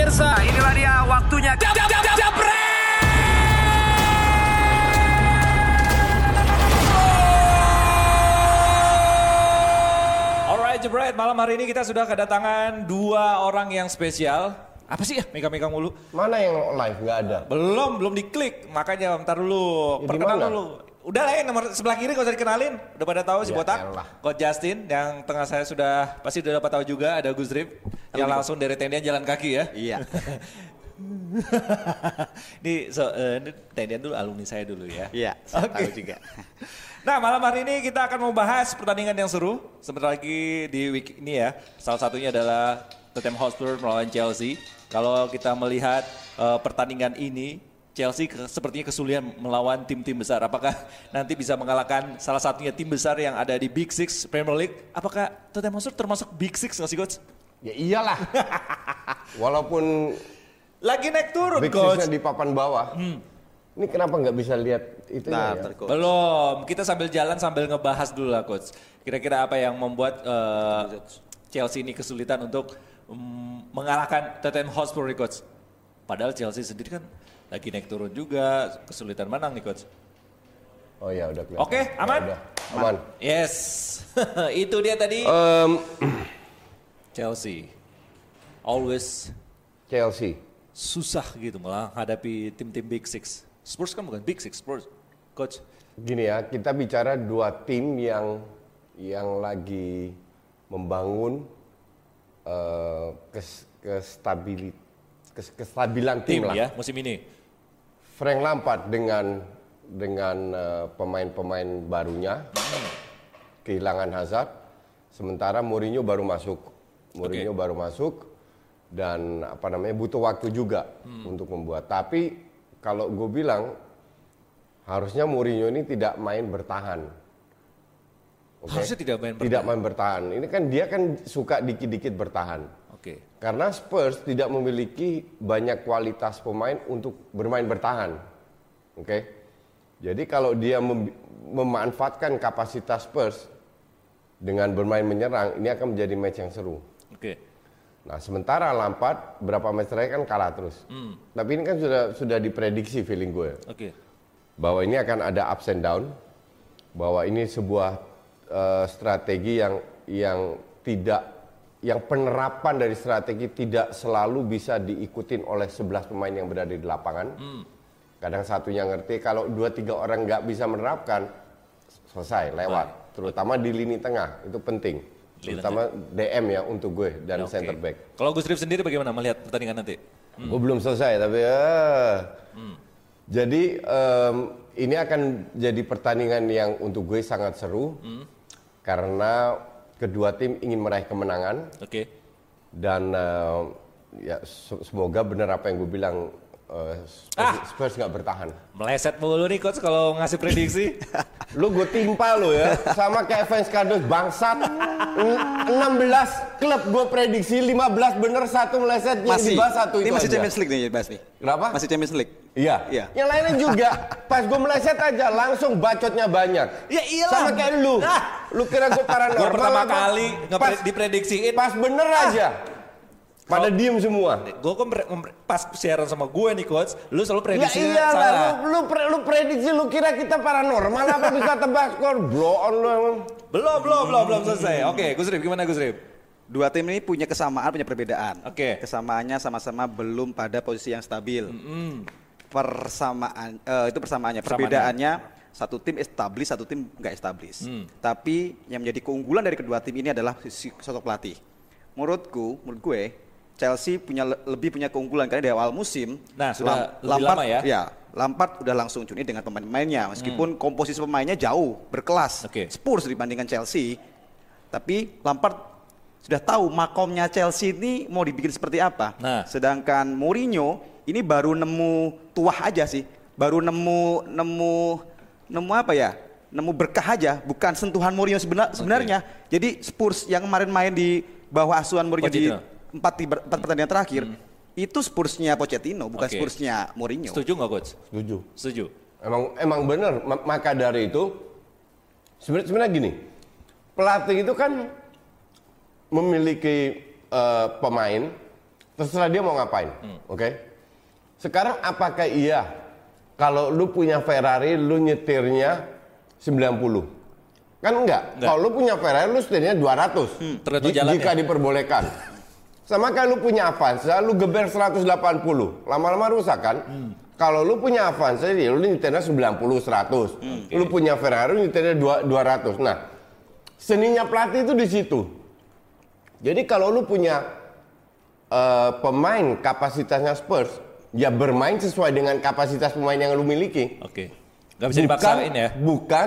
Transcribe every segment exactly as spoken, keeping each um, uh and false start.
pemirsa, inilah dia waktunya. Jab, jab, jab, jab, Alright, Jebret, malam hari ini kita sudah kedatangan dua orang yang spesial. Apa sih ya, megang-megang mulu? Mana yang live? Nggak ada. Belum, belum diklik. Makanya bentar dulu, Ya, perkenalan dulu. Udah lah ya, nomor sebelah kiri gak usah dikenalin. Udah pada tahu si Ya, botak. elah. Coach Justin, yang tengah saya sudah, pasti udah dapat tahu juga. Ada Gus Rip, yang langsung dari tendian jalan kaki ya. Iya. Ini, so, uh, ini tendian dulu, alumni saya dulu ya. Iya, saya Oke. tahu juga. Nah, malam hari ini kita akan membahas pertandingan yang seru. Sebentar lagi di week ini ya. Salah satunya adalah Tottenham Hotspur melawan Chelsea. Kalau kita melihat uh, pertandingan ini, Chelsea ke, sepertinya kesulitan melawan tim-tim besar. Apakah nanti bisa mengalahkan salah satunya tim besar yang ada di Big Six Premier League? Apakah Tottenham Hotspur termasuk Big Six nggak sih, Coach? Ya iyalah. Walaupun Lagi naik turun, Big Coach. Six-nya di papan bawah. Hmm. Ini kenapa nggak bisa lihat itu Nah, ya? terkut. Belum, kita sambil jalan sambil ngebahas dulu lah, Coach. Kira-kira apa yang membuat uh, Chelsea ini kesulitan untuk um, mengalahkan Tottenham Hotspur nih, Coach? Padahal Chelsea sendiri kan lagi naik turun juga, kesulitan menang nih, Coach. Oh ya udah kelihatan. Oke, aman? Ya, udah. Aman. Yes, itu dia tadi. Um, Chelsea, always Chelsea. susah gitu menghadapi tim-tim Big Six. Spurs kan bukan Big Six, Spurs, Coach. Gini ya, kita bicara dua tim yang yang lagi membangun uh, kes, kestabilit, kes, kestabilan tim, Tim lah. ya, musim ini. Frank Lampard dengan dengan uh, pemain-pemain barunya kehilangan Hazard, sementara Mourinho baru masuk. Mourinho Oke. baru masuk dan apa namanya butuh waktu juga hmm. untuk membuat. Tapi kalau gue bilang harusnya Mourinho ini tidak main bertahan. Oke? Harusnya tidak main bertahan. Tidak main bertahan. Ini kan dia kan suka dikit-dikit bertahan. Oke. Karena Spurs tidak memiliki banyak kualitas pemain untuk bermain bertahan. Oke. Jadi kalau dia mem- memanfaatkan kapasitas Spurs dengan bermain menyerang, ini akan menjadi match yang seru. Oke. Nah, sementara Lampard berapa match terakhir kan kalah terus. Hmm. Tapi ini kan sudah sudah diprediksi feeling gue Oke. bahwa ini akan ada ups and down, bahwa ini sebuah uh, strategi yang yang tidak yang penerapan dari strategi tidak selalu bisa diikutin oleh sebelas pemain yang berada di lapangan. Hmm. Kadang satunya ngerti, kalau dua tiga orang nggak bisa menerapkan, selesai, lewat. Baik. Terutama di lini tengah, itu penting. Lini terutama D M ya untuk gue dan Oke. center back. Kalau Gus Rip sendiri bagaimana melihat pertandingan nanti? Hmm. Gue belum selesai, tapi uh, hmm. Jadi um, ini akan jadi pertandingan yang untuk gue sangat seru. Hmm. Karena kedua tim ingin meraih kemenangan. Oke. Okay. Dan uh, ya semoga benar apa yang gue bilang, uh, Spurs, ah. Spurs gak bertahan. Meleset mulu nih Coach kalau ngasih prediksi. Lu gue timpa lu ya, sama kayak fans kardus bangsat. enam belas klub gue prediksi, lima belas bener, satu meleset, yang dibahas satu itu. Ini masih aja. Champions League nih bahas nih. Kenapa? Masih Champions League. Iya. Iya. Yang lainnya juga, pas gue meleset aja langsung bacotnya banyak. Ya iyalah. Sama kayak lu. Ah. Lu kira gue paranormal. Gue pertama apa? kali Pas, diprediksiin. pas bener ah. aja. Pada oh. diem semua. Gue kan pas siaran sama gue nih Coach, lu selalu prediksi ya iyalah, salah. Lu, lu, pre, lu prediksi, lu kira kita paranormal apa bisa tebak skor? Blow on lu emang. Belum, belum, belum, belum selesai. Oke, Gus Rip, gimana Gus Rip? Dua tim ini punya kesamaan, punya perbedaan. Oke. Kesamaannya sama-sama belum pada posisi yang stabil. Mm-hmm. Persamaan, uh, itu persamaannya. Perbedaannya, satu tim establis, satu tim nggak establis. Mm. Tapi yang menjadi keunggulan dari kedua tim ini adalah sosok pelatih. Menurutku, menurut gue, Chelsea punya lebih punya keunggulan karena di awal musim. Nah, sudah Lam, lebih Lampard, lama ya. Ya, Lampard udah langsung cuni dengan pemain-pemainnya, meskipun hmm. komposisi pemainnya jauh berkelas. Okay. Spurs dibandingkan Chelsea, tapi Lampard sudah tahu makomnya Chelsea ini mau dibikin seperti apa. Nah. Sedangkan Mourinho ini baru nemu tuah aja sih, baru nemu nemu nemu apa ya? Nemu berkah aja, bukan sentuhan Mourinho sebenar, sebenarnya. Okay. Jadi Spurs yang kemarin main di bawah asuhan Mourinho di Empat, empat pertandingan terakhir hmm. itu Spursnya Pochettino, bukan okay. Spursnya Mourinho. Setuju nggak Coach? Setuju. Setuju. Emang emang bener. M- maka dari itu sebenarnya sebenarnya gini, pelatih itu kan memiliki uh, pemain Terserah dia mau ngapain, Hmm. oke? Okay? Sekarang apakah iya kalau lu punya Ferrari, lu nyetirnya sembilan puluh? Kan enggak. Enggak. Kalau lu punya Ferrari, lu setirnya dua ratus. Hmm, tergantung J- jalannya. Jika diperbolehkan. Sama kayak lu punya Avanza, lu geber seratus delapan puluh. Lama-lama rusak kan? Hmm. Kalau lu punya Avanza, ya lu nyetirnya sembilan puluh, seratus. Hmm. Lu punya Ferrari, lu nyetirnya dua ratus. Nah, seninya pelatih itu di situ. Jadi kalau lu punya uh, pemain kapasitasnya Spurs, ya bermain sesuai dengan kapasitas pemain yang lu miliki. Oke. Nggak bisa dipaksain ya. Bukan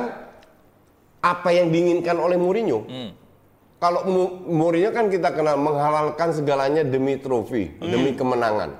apa yang diinginkan oleh Mourinho. Hmm. Kalau Mourinho kan kita kenal menghalalkan segalanya demi trofi, hmm. demi kemenangan.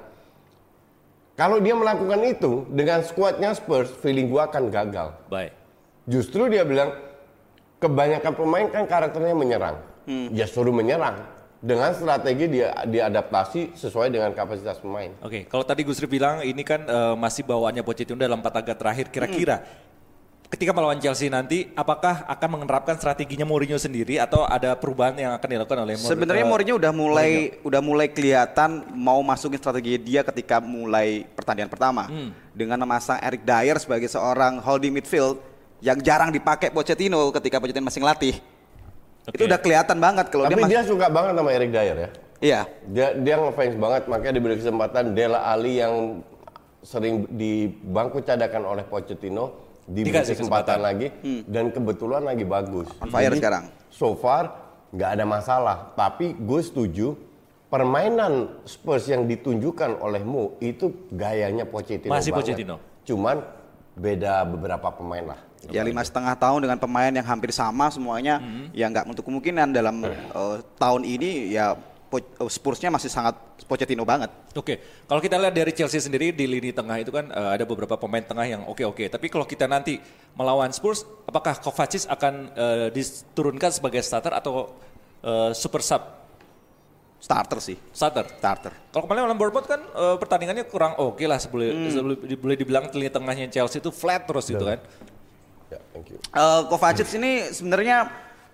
Kalau dia melakukan itu dengan skuadnya Spurs, feeling gua akan gagal. Baik. Justru dia bilang kebanyakan pemain kan karakternya menyerang. Hmm. Ya suruh menyerang dengan strategi dia diadaptasi sesuai dengan kapasitas pemain. Oke, kalau tadi Gus Rif bilang ini kan uh, masih bawaannya Pochettino dalam empat laga terakhir, kira-kira hmm. ketika melawan Chelsea nanti, apakah akan menerapkan strateginya Mourinho sendiri atau ada perubahan yang akan dilakukan oleh Mourinho? Sebenarnya Mourinho udah mulai Mourinho. udah mulai kelihatan mau masukin strategi dia ketika mulai pertandingan pertama hmm. dengan memasang Eric Dyer sebagai seorang holding midfield yang jarang dipakai Pochettino ketika Pochettino masih ngelatih. Okay. Itu udah kelihatan banget kalau Tapi dia. dia suka banget sama Eric Dyer ya. Iya. Dia dia ngefans banget, makanya diberi kesempatan Dele Alli yang sering di bangku cadangan oleh Pochettino diberi Dikasih kesempatan, kesempatan lagi hmm. dan kebetulan lagi bagus. On fire Jadi, sekarang. So far nggak ada masalah, tapi gue setuju permainan Spurs yang ditunjukkan oleh Mo itu gayanya Pochettino Masih banget. Pochettino. Cuman beda beberapa pemain lah. Ya lima setengah tahun dengan pemain yang hampir sama semuanya, hmm. ya nggak untuk kemungkinan dalam uh, tahun ini ya Spursnya masih sangat Pochettino banget. Oke, kalau kita lihat dari Chelsea sendiri di lini tengah itu kan uh, ada beberapa pemain tengah yang oke-oke. Tapi kalau kita nanti melawan Spurs, apakah Kovacic akan uh, diturunkan sebagai starter atau uh, super sub? Starter sih. Starter. Starter. Kalau kemarin lawan Bournemouth kan uh, pertandingannya kurang oke lah, sebelum hmm. boleh dibilang lini tengahnya Chelsea itu flat terus itu kan. Ya, thank you. Uh, Kovacic ini sebenarnya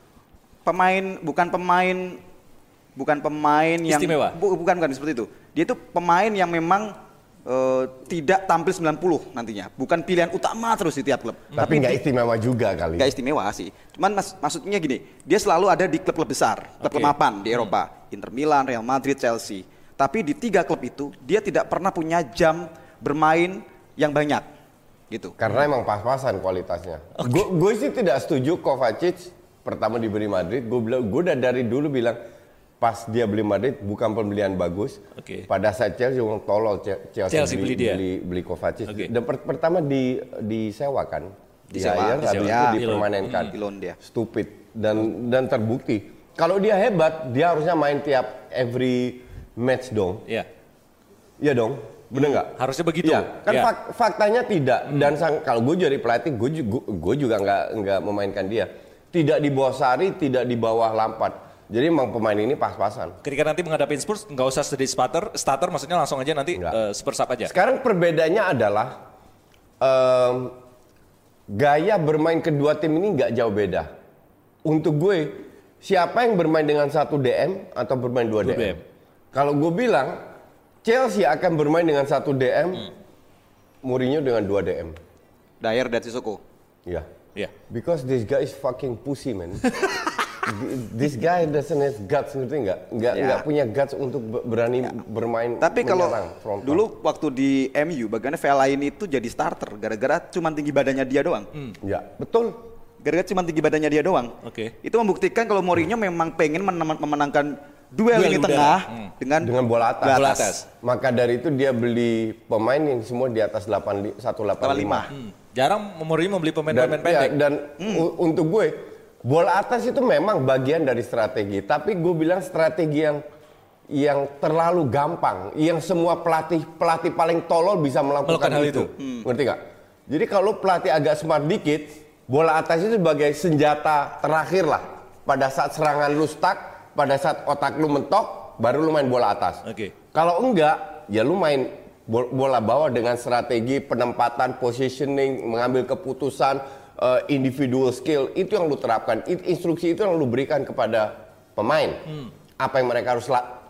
pemain bukan pemain bukan pemain yang istimewa. Bu, bukan bukan seperti itu. Dia itu pemain yang memang uh, tidak tampil sembilan puluh nantinya. Bukan pilihan utama terus di tiap klub. Tapi nggak istimewa juga kali. Nggak istimewa sih. Cuman mas, maksudnya gini, dia selalu ada di klub-klub besar, klub Okay. mapan di Eropa. Inter Milan, Real Madrid, Chelsea. Tapi di tiga klub itu dia tidak pernah punya jam bermain yang banyak, gitu. Karena emang pas-pasan kualitasnya. Gue okay. sih tidak setuju Kovacic pertama diberi Madrid. Gue bilang, gue udah dari dulu bilang pas dia beli Madrid bukan pembelian bagus. Okay. Pada saat Chelsea orang tolol Chelsea, Chelsea beli, beli, dia. beli beli Kovacic. Okay. Dan per, pertama di disewakan, di Disewa, hire, disewa. habis Ah, itu dipermanenkan. Hmm. Di loan dia. Stupid dan dan terbukti. Kalau dia hebat, dia harusnya main tiap every match dong. Iya. Iya dong. Bener nggak? Harusnya begitu. Iya, kan Ya. fak, faktanya tidak. Hmm. Dan sang, kalau gue jadi pelatih, gue juga, gue juga nggak nggak memainkan dia. Tidak di bawah Sarri, tidak di bawah Lampard. Jadi emang pemain ini pas-pasan. Ketika nanti menghadapi Spurs, nggak usah jadi starter, starter maksudnya langsung aja nanti uh, Spurs up aja. Sekarang perbedaannya adalah um, gaya bermain kedua tim ini nggak jauh beda. Untuk gue, siapa yang bermain dengan satu D M atau bermain dua D M? D M. Kalau gue bilang Chelsea akan bermain dengan satu D M, hmm. Mourinho dengan dua D M. Dyer dan Sissoko. Iya. Iya. Because this guy is fucking pussy, man. This guy doesn't have guts, ngerti nggak? Nggak Ya. nggak punya guts untuk be- berani Ya. bermain. Tapi kalau menyerang frontal. dulu waktu di M U, bagaimana Fellaini itu jadi starter gara-gara cuma tinggi badannya dia doang. Hmm. Ya, betul. Gara-gara cuma tinggi badannya dia doang. Oke. Itu membuktikan kalau Mourinho memang pengen men- memenangkan duel Duel lini udara. tengah Hmm. dengan Dengan bola atas. Bola atas. Maka dari itu dia beli pemain yang semua di atas seratus delapan puluh lima. Hmm. Jarang Mourinho membeli Dan, pemain-pemain ya, pendek. dan u- untuk gue, bola atas itu memang bagian dari strategi. Tapi gue bilang strategi yang yang terlalu gampang, yang semua pelatih pelatih paling tolol bisa melakukan Melakukan hal itu. itu. Hmm. Ngerti gak? Jadi kalau pelatih agak smart dikit, bola atas itu sebagai senjata terakhir lah. Pada saat serangan lu stuck, pada saat otak lu mentok, baru lu main bola atas. Oke. Kalau enggak, ya lu main bol- bola bawah dengan strategi penempatan, positioning, mengambil keputusan, uh, individual skill, itu yang lu terapkan. It- instruksi itu yang lu berikan kepada pemain. Hmm. Apa yang mereka harus la-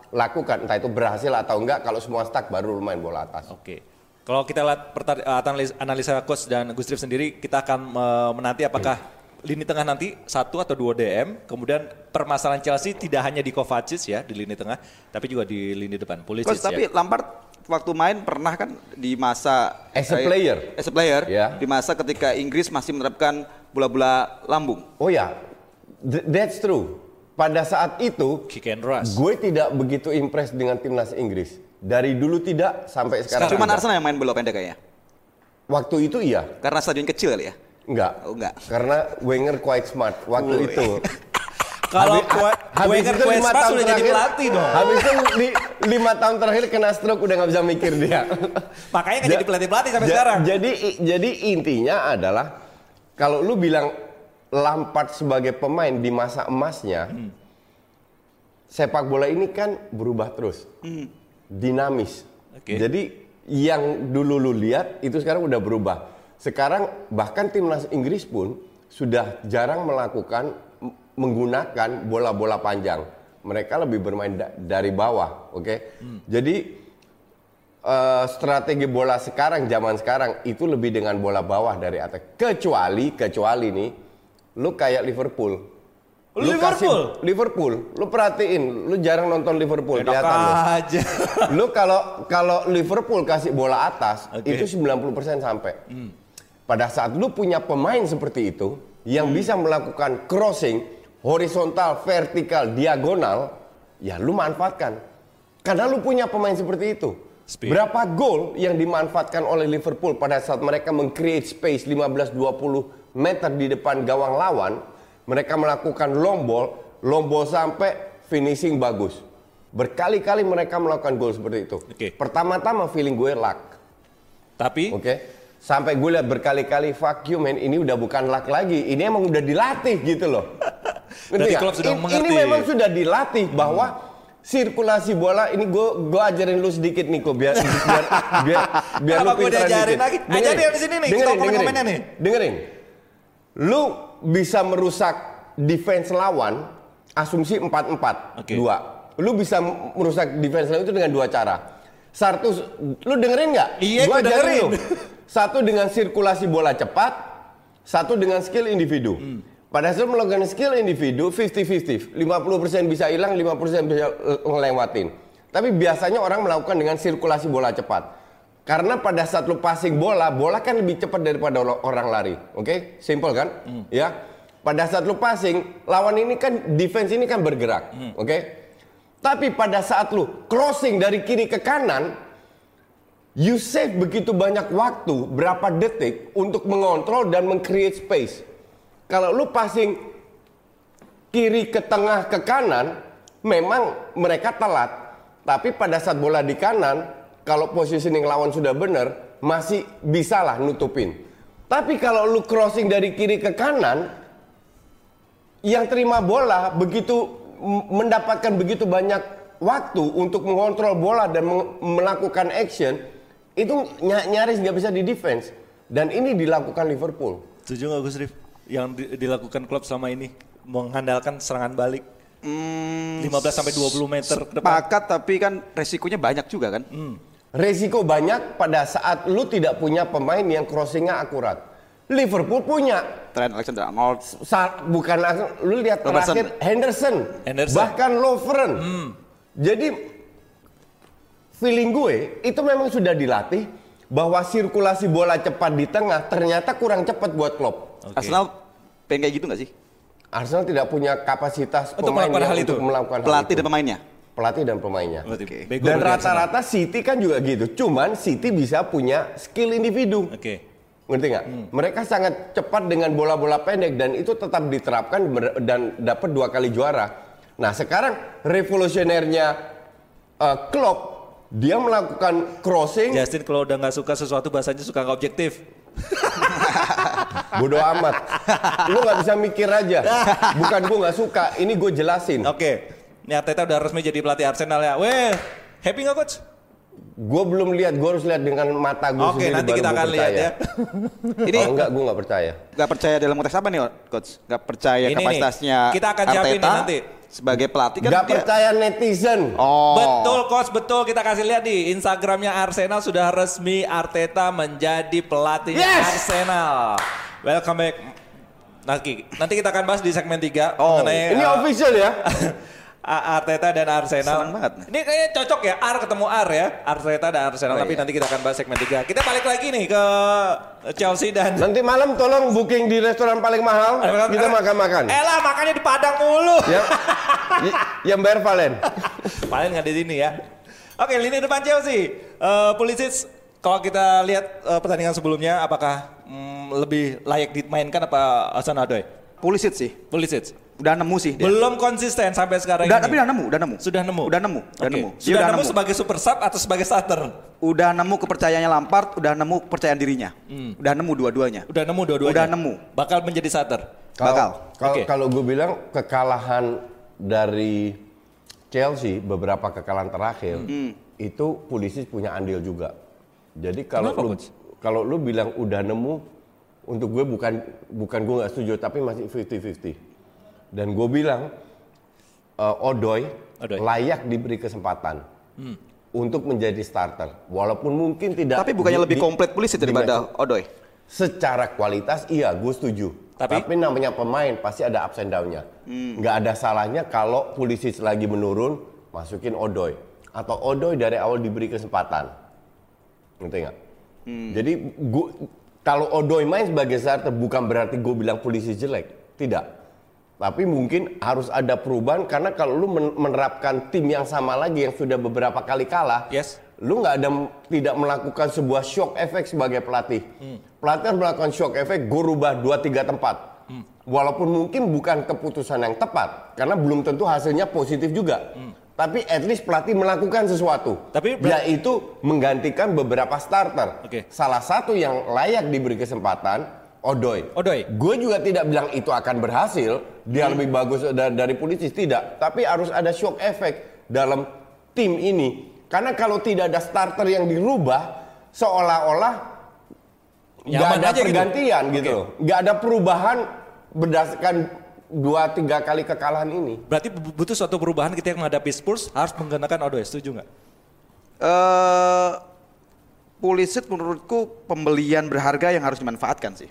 lakukan, entah itu berhasil atau enggak. Kalau semua stuck baru lu main bola atas. Oke. Kalau kita lihat pertar- analisa, analisa coach dan Gus Rif sendiri, kita akan uh, menanti apakah lini tengah nanti satu atau dua D M. Kemudian permasalahan Chelsea tidak hanya di Kovacic ya di lini tengah, tapi juga di lini depan. Pulisic Coach, tapi ya. Lampard waktu main pernah kan di masa As a eh, player. as a player, Ya. di masa ketika Inggris masih menerapkan bola-bola lambung. Oh ya, th- that's true. Pada saat itu, Kick and rush. gue tidak begitu impress dengan timnas Inggris. Dari dulu tidak, sampai sekarang Cuman tidak. Arsenal yang main bola pendek kayaknya. Waktu itu iya, Karena stadion kecil kali ya. enggak. Oh, enggak. Karena Wenger quite smart waktu Oh, itu. Kalau Habis- Kue- habis Wenger itu Kue lima Spas tahun sudah jadi terakhir- pelatih dong. Habis itu di lima tahun terakhir kena stroke, udah nggak bisa mikir dia. Makanya nggak Ja- jadi pelatih-pelatih sampai ja- sekarang. Jadi jadi intinya adalah kalau lu bilang Lampard sebagai pemain di masa emasnya, Hmm. sepak bola ini kan berubah terus, dinamis. Oke. Jadi yang dulu lu lihat itu sekarang udah berubah. Sekarang bahkan timnas Inggris pun sudah jarang melakukan m- menggunakan bola-bola panjang. Mereka lebih bermain da- dari bawah, oke? Jadi eh, strategi bola sekarang, zaman sekarang itu lebih dengan bola bawah dari atas. Kecuali, kecuali nih, lu kayak Liverpool. Lu kasih- Liverpool? Liverpool, lu perhatiin, lu jarang nonton Liverpool, Enak kelihatan lu. aja. Lu kalau kalau Liverpool kasih bola atas, Oke. itu sembilan puluh persen sampai. Pada saat lu punya pemain seperti itu yang bisa melakukan crossing horizontal, vertikal, diagonal, ya lu manfaatkan. Karena lu punya pemain seperti itu. Speed. Berapa gol yang dimanfaatkan oleh Liverpool pada saat mereka meng-create space lima belas dua puluh meter di depan gawang lawan, mereka melakukan long ball, long ball sampai finishing bagus. Berkali-kali mereka melakukan gol seperti itu. Oke. Pertama-tama feeling gue luck. Tapi Oke. Sampai gue lihat berkali-kali, fuck you man, ini udah bukan luck lagi. Ini emang udah dilatih gitu loh. Ngerti Berarti nggak? klub sudah In- mengerti. Ini memang sudah dilatih bahwa sirkulasi bola ini gue gue ajarin lu sedikit nih kok biar biar biar biar lu Kenapa gue pinteran diajarin dikit. lagi? Ajarin di sini nih, kita dengerin, komen-komennya dengerin. nih. Dengerin. Lu bisa merusak defense lawan asumsi empat empat Oke. dua. Lu bisa merusak defense lawan itu dengan dua cara. Satu, lu dengerin nggak? Iya, Gua gue ajarin dengerin. lu. Satu dengan sirkulasi bola cepat, satu dengan skill individu. Hmm. Pada saat melakukan skill individu lima puluh lima puluh, lima puluh persen bisa hilang, lima puluh persen bisa eh, ngelewatin. Tapi biasanya orang melakukan dengan sirkulasi bola cepat. Karena pada saat lu passing bola, bola kan lebih cepat daripada lo- orang lari. Oke? Simple kan? Hmm. Ya. Pada saat lu passing, lawan ini kan defense ini kan bergerak. Hmm. Oke? Tapi pada saat lu crossing dari kiri ke kanan, you save begitu banyak waktu, berapa detik untuk mengontrol dan meng-create space. Kalau lu passing kiri ke tengah ke kanan, memang mereka telat. Tapi pada saat bola di kanan, kalau positioning lawan sudah benar, masih bisalah nutupin. Tapi kalau lu crossing dari kiri ke kanan, yang terima bola begitu m- mendapatkan begitu banyak waktu untuk mengontrol bola dan meng- melakukan action, itu ny- nyaris nggak bisa di defense. Dan ini dilakukan Liverpool. setuju nggak Gus Rif? Yang di- dilakukan klub selama ini mengandalkan serangan balik Hmm, lima belas sampai dua puluh meter ke depan. sepakat, tapi kan resikonya banyak juga kan. Resiko banyak pada saat lu tidak punya pemain yang crossingnya akurat. Liverpool punya. Trent Alexander-Arnold. Sa- bukan langsung, lu lihat Robertson. terakhir Henderson, Henderson. bahkan Lovren. Jadi feeling gue itu memang sudah dilatih bahwa sirkulasi bola cepat di tengah ternyata kurang cepat buat Klopp. Oke. Arsenal pengen kayak gitu nggak sih? Arsenal tidak punya kapasitas Untuk pemain melakukan yang hal itu? untuk melakukan hal Pelatih itu. dan pemainnya. Pelatih dan pemainnya. Berarti Oke. bego Dan berarti Arsenal. rata-rata City kan juga gitu. Cuman City bisa punya skill individu. Oke. Ngerti nggak? Mereka sangat cepat dengan bola-bola pendek dan itu tetap diterapkan ber- dan dapat dua kali juara. Nah sekarang revolusionernya uh, Klopp, dia melakukan crossing, Justin kalau udah nggak suka sesuatu bahasanya suka nggak objektif. bodoh amat. Lu nggak bisa mikir aja. Bukan gue nggak suka, ini gue jelasin. Oke. Ini Arteta udah resmi jadi pelatih Arsenal ya. Weh, happy nggak coach? Gue belum lihat, gue harus lihat dengan mata gue Oke, sendiri. nanti baru kita gua akan lihat percaya. ya. Ini Oh enggak, gue nggak percaya. nggak percaya dalam konteks apa nih, coach? Nggak percaya Ini nih, kapasitasnya kita akan jawab ini Arteta, nanti. sebagai pelatih kan Gak dia... percaya netizen. Oh. Betul coach, betul. Kita kasih lihat di Instagramnya Arsenal sudah resmi Arteta menjadi pelatih Yes! Arsenal. Welcome back. Nanti, nanti kita akan bahas di segmen tiga Oh, mengenai Ini uh, official ya. Arteta dan Arsenal. Senang banget. Ini kayaknya cocok ya, R ketemu R ya. Arteta dan Arsenal, Oh, tapi iya. nanti kita akan bahas segmen tiga. Kita balik lagi nih ke Chelsea dan... Nanti malam tolong booking di restoran paling mahal. Kita makan-makan. Elah, makannya di Padang mulu. Yang, y- yang bayar Valen. Paling nggak di sini ya. Oke, lini depan Chelsea. Uh, Pulisic, kalau kita lihat uh, pertandingan sebelumnya, apakah mm, lebih layak dimainkan apa Hudson-Odoi? Pulisic sih. Pulisic. Udah nemu sih dia. Belum konsisten sampai sekarang Udah, ini. tapi udah nemu, udah nemu. Sudah nemu. Udah nemu, udah Oke. nemu. Dia Sudah udah nemu nemu. sebagai super sub atau sebagai starter? Udah nemu kepercayaannya Lampard, udah nemu kepercayaan dirinya. Hmm. Udah nemu dua-duanya. Udah nemu dua-duanya. Udah nemu. Bakal menjadi starter. Bakal. Kalau Oke. kalau gue bilang kekalahan dari Chelsea beberapa kekalahan terakhir itu Pulisic punya andil juga. Jadi kalau Kenapa, lu Coach? kalau lu bilang udah nemu, untuk gue bukan bukan gue nggak setuju tapi masih fifty fifty. Dan gue bilang uh, Odoi, Odoi. layak diberi kesempatan untuk menjadi starter. Walaupun mungkin tidak. Tapi bukannya di- lebih di- komplit Pulisic di daripada match- Odoi. Secara kualitas iya gue setuju. Tapi? Tapi? namanya pemain pasti ada ups and down-nya. Nggak ada salahnya kalau Pulisic lagi menurun, masukin Odoi. Atau Odoi dari awal diberi kesempatan. Ngerti nggak? Jadi gua, kalau Odoi main sebagai starter bukan berarti gue bilang Pulisic jelek. Tidak. Tapi mungkin harus ada perubahan karena kalau lu men- menerapkan tim yang sama lagi yang sudah beberapa kali kalah, Yes. lu nggak ada tidak melakukan sebuah shock effect sebagai pelatih. Pelatih harus melakukan shock effect, gue rubah dua tiga tempat. Walaupun mungkin bukan keputusan yang tepat karena belum tentu hasilnya positif juga. Tapi at least pelatih melakukan sesuatu. Tapi ber- yaitu menggantikan beberapa starter. Oke. Salah satu yang layak diberi kesempatan Odoi. Odoi. Gue juga tidak bilang itu akan berhasil, dia lebih bagus da- dari Pulisic, tidak. Tapi harus ada shock effect dalam tim ini. Karena kalau tidak ada starter yang dirubah, seolah-olah nggak Nyaman ada aja gitu. pergantian gitu, Oke. loh. Nggak ada perubahan berdasarkan dua tiga kali kekalahan ini. Berarti bu- butuh suatu perubahan ketika menghadapi Spurs harus menggunakan Odoi. Setuju nggak? Eh Pulisic menurutku pembelian berharga yang harus dimanfaatkan sih.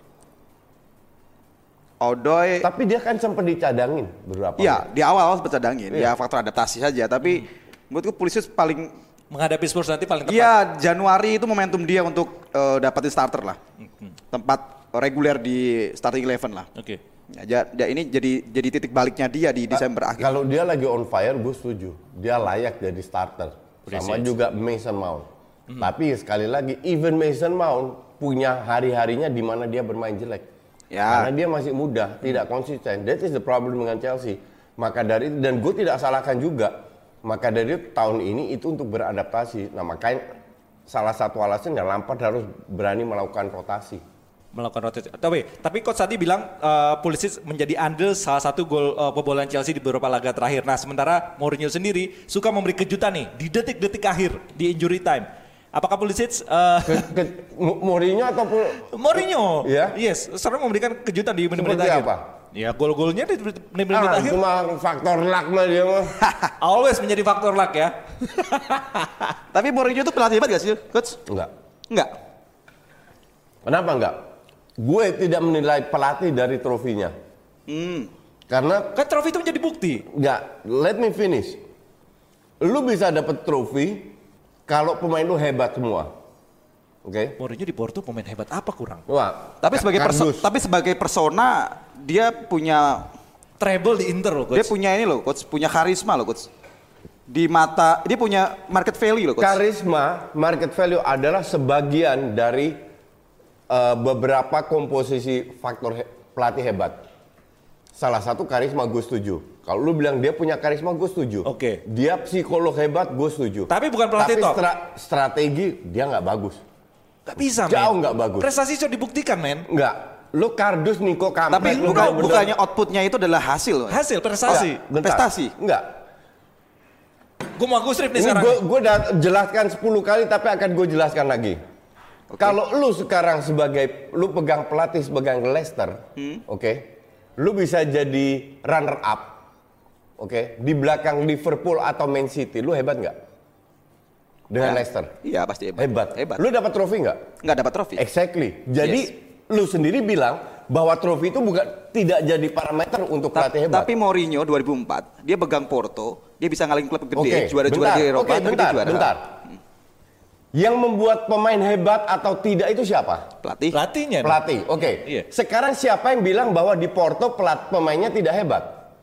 Odoi, Tapi dia kan sempat dicadangin beberapa. iya di awal sempat cadangin, Iya. ya faktor adaptasi saja. Tapi menurutku Pulisic paling, Menghadapi Spurs nanti paling tepat. iya Januari itu momentum dia untuk eh, dapatin starter lah, tempat reguler di starting eleven lah. Oke. Ya, ja- ja- ini jadi jadi titik baliknya dia di Desember akhir. Kalau dia lagi on fire, gue setuju. Dia layak jadi starter. Sama Pulisic. juga Mason Mount. Tapi sekali lagi, even Mason Mount punya hari-harinya di mana dia bermain jelek. Ya. Karena dia masih muda, tidak konsisten. That is the problem dengan Chelsea. Maka dari dan gue tidak salahkan juga. Maka dari itu, tahun ini itu untuk beradaptasi. Nah makanya salah satu alasannya Lampard harus berani melakukan rotasi. Melakukan rotasi. Tapi tapi coach tadi bilang uh, Pulisic menjadi andil salah satu gol uh, pembobolan Chelsea di beberapa laga terakhir. Nah, sementara Mourinho sendiri suka memberi kejutan nih di detik-detik akhir di injury time. Apakah Pulisic uh, Ke, ke, Mo- Mourinho ataupun Mourinho? Iya? Yes, sering memberikan kejutan di menit-menit Seperti akhir. apa? Ya, gol-golnya di menit-menit ah, akhir cuma faktor luck mah dia mah. always menjadi faktor luck ya. Tapi Mourinho itu pelatih hebat gak sih, coach? Enggak. Enggak. Kenapa enggak? Gue tidak menilai pelatih dari trofinya. Hmm. Karena Kan trofi itu menjadi bukti. enggak, let me finish. Lu bisa dapet trofi kalau pemain lu hebat semua. Oke? Mourinho di Porto pemain hebat apa kurang? Wah, Tapi sebagai perso- kardus. tapi sebagai persona dia punya Treble di Inter loh dia coach. punya ini loh, coach, punya karisma loh, coach. Di mata dia punya market value loh, coach. Karisma, market value adalah sebagian dari uh, beberapa komposisi faktor he- pelatih hebat. Salah satu karisma gue setuju. Kalau lu bilang dia punya karisma gue setuju. Oke. Dia psikolog hebat gue setuju. Tapi bukan pelatih Tapi top. stra- strategi dia nggak bagus. Gak bisa, men. Jauh nggak bagus. Prestasi sudah dibuktikan, men. Enggak. Lu kardus Niko Kampret. Tapi lu bukan, bener-bener- bukannya outputnya itu adalah hasil. Hasil, prestasi. Bentar. prestasi. Enggak. Gue mau Agus Rip nih Ini sekarang. gue gue udah jelaskan sepuluh kali tapi akan gue jelaskan lagi. Kalau lu sekarang sebagai lu pegang pelatih sebagai Leicester, Hmm. oke, lu bisa jadi runner up Oke, di belakang Liverpool atau Man City, lu hebat nggak? Dengan Ya. Leicester? Iya pasti hebat. Hebat. Hebat. Lu dapat trofi nggak? Nggak dapat trofi. Exactly. Jadi Yes. lu sendiri bilang bahwa trofi itu bukan tidak jadi parameter untuk Ta- pelatih hebat. Tapi Mourinho dua ribu empat dia pegang Porto, dia bisa ngalahin klub gede, Oke, juara-juara bentar. di Eropa, Oke, tapi bentar, dia juara. bentar. Yang membuat pemain hebat atau tidak itu siapa? Pelatih. Pelatihnya. dong. Pelatih. Oke. Iya. Sekarang siapa yang bilang bahwa di Porto pelat pemainnya tidak hebat?